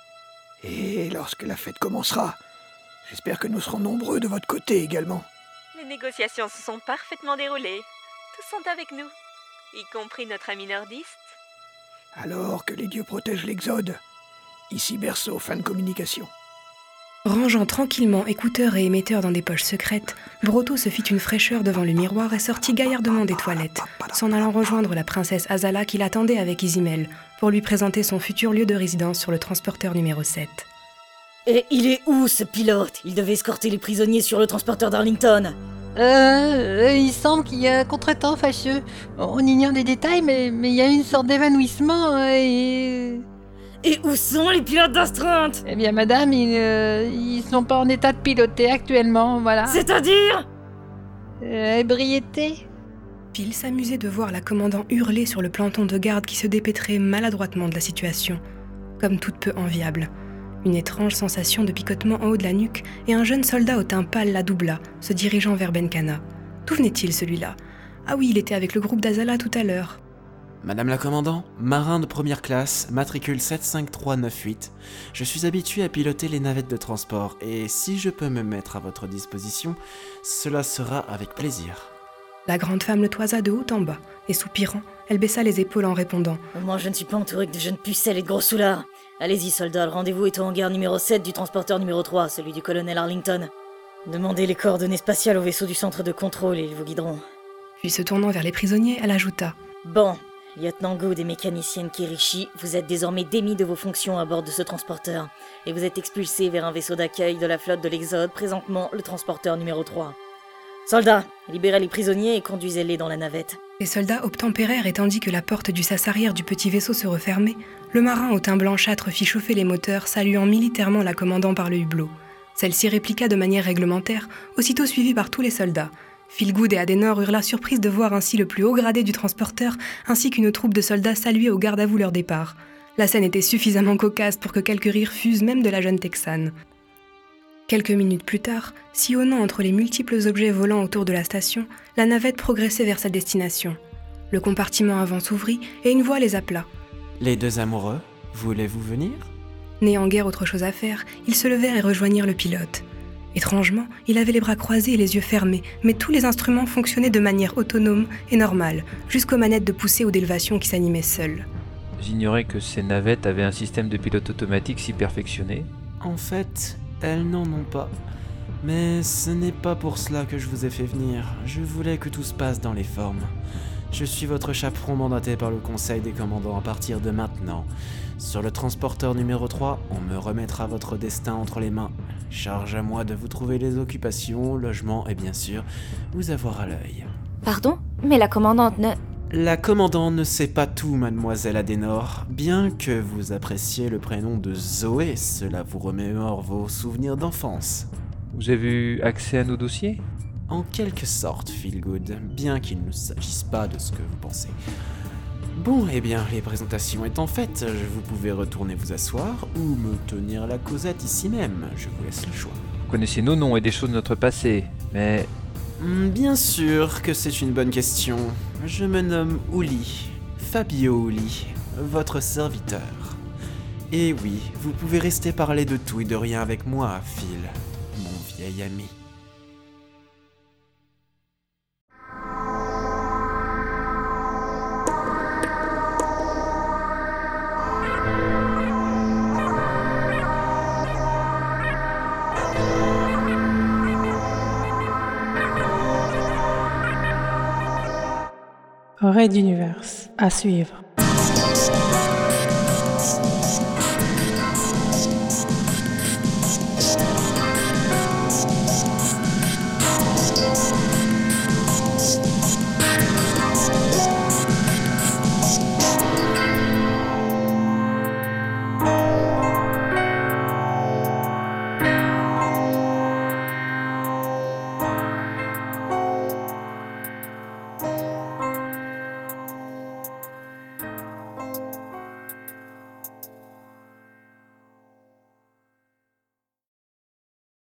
Et lorsque la fête commencera, j'espère que nous serons nombreux de votre côté également. Les négociations se sont parfaitement déroulées. Tous sont avec nous, y compris notre ami nordiste. Alors que les dieux protègent l'Exode. Ici Berceau, fin de communication. Rangeant tranquillement écouteurs et émetteurs dans des poches secrètes, Broto se fit une fraîcheur devant le miroir et sortit gaillardement des toilettes, s'en allant rejoindre la princesse Azala qui l'attendait avec Izimel, pour lui présenter son futur lieu de résidence sur le transporteur numéro sept. Et il est où, ce pilote? Il devait escorter les prisonniers sur le transporteur d'Arlington. Euh, il semble qu'il y a un contretemps fâcheux. On ignore les détails, mais mais il y a une sorte d'évanouissement euh, et... Et où sont les pilotes d'astreinte? Eh bien, madame, ils, euh, ils sont pas en état de piloter actuellement, voilà. C'est-à-dire euh, Ébriété. Phil s'amusait de voir la commandant hurler sur le planton de garde qui se dépêtrait maladroitement de la situation, comme toute peu enviable. Une étrange sensation de picotement en haut de la nuque et un jeune soldat au teint pâle la doubla, se dirigeant vers Benkana. D'où venait-il celui-là? Ah oui, il était avec le groupe d'Azala tout à l'heure. Madame la commandant, marin de première classe, matricule sept cinq trois neuf huit. Je suis habitué à piloter les navettes de transport, et si je peux me mettre à votre disposition, cela sera avec plaisir. La grande femme le toisa de haut en bas, et soupirant, elle baissa les épaules en répondant. Moi je ne suis pas entouré que de jeunes pucelles et de gros soulards. Allez-y soldats, le rendez-vous est au hangar numéro sept du transporteur numéro trois, celui du colonel Arlington. Demandez les coordonnées spatiales au vaisseau du centre de contrôle et ils vous guideront. Puis se tournant vers les prisonniers, elle ajouta. Bon, lieutenant Good et mécanicienne Kirishi, vous êtes désormais démis de vos fonctions à bord de ce transporteur, et vous êtes expulsés vers un vaisseau d'accueil de la flotte de l'Exode, présentement le transporteur numéro trois. Soldats, libérez les prisonniers et conduisez-les dans la navette. Les soldats obtempérèrent et tandis que la porte du sas arrière du petit vaisseau se refermait, le marin au teint blanchâtre fit chauffer les moteurs, saluant militairement la commandant par le hublot. Celle-ci répliqua de manière réglementaire, aussitôt suivie par tous les soldats. Philgood et Adenor eurent la surprise de voir ainsi le plus haut gradé du transporteur, ainsi qu'une troupe de soldats saluer au garde à vous leur départ. La scène était suffisamment cocasse pour que quelques rires fusent même de la jeune Texane. Quelques minutes plus tard, sillonnant entre les multiples objets volants autour de la station, la navette progressait vers sa destination. Le compartiment avant s'ouvrit et une voix les appela. « Les deux amoureux, voulez-vous venir ?» N'ayant guère autre chose à faire, ils se levèrent et rejoignirent le pilote. Étrangement, il avait les bras croisés et les yeux fermés, mais tous les instruments fonctionnaient de manière autonome et normale, jusqu'aux manettes de poussée ou d'élévation qui s'animaient seules. J'ignorais que ces navettes avaient un système de pilote automatique si perfectionné. En fait, elles n'en ont pas. Mais ce n'est pas pour cela que je vous ai fait venir. Je voulais que tout se passe dans les formes. Je suis votre chaperon mandaté par le conseil des commandants à partir de maintenant. Sur le transporteur numéro trois, on me remettra votre destin entre les mains. Charge à moi de vous trouver les occupations, logements et bien sûr, vous avoir à l'œil. Pardon? Mais la commandante ne... La commandante ne sait pas tout, mademoiselle Adenor. Bien que vous appréciez le prénom de Zoé, cela vous remémore vos souvenirs d'enfance. Vous avez eu accès à nos dossiers? En quelque sorte, Philgood, bien qu'il ne s'agisse pas de ce que vous pensez. Bon, eh bien, les présentations étant faites, vous pouvez retourner vous asseoir ou me tenir la causette ici même, je vous laisse le choix. Vous connaissez nos noms et des choses de notre passé, mais... Bien sûr que c'est une bonne question. Je me nomme Uli, Fabio Uli, votre serviteur. Et oui, vous pouvez rester parler de tout et de rien avec moi, Phil, mon vieil ami. Raid d'univers, à suivre.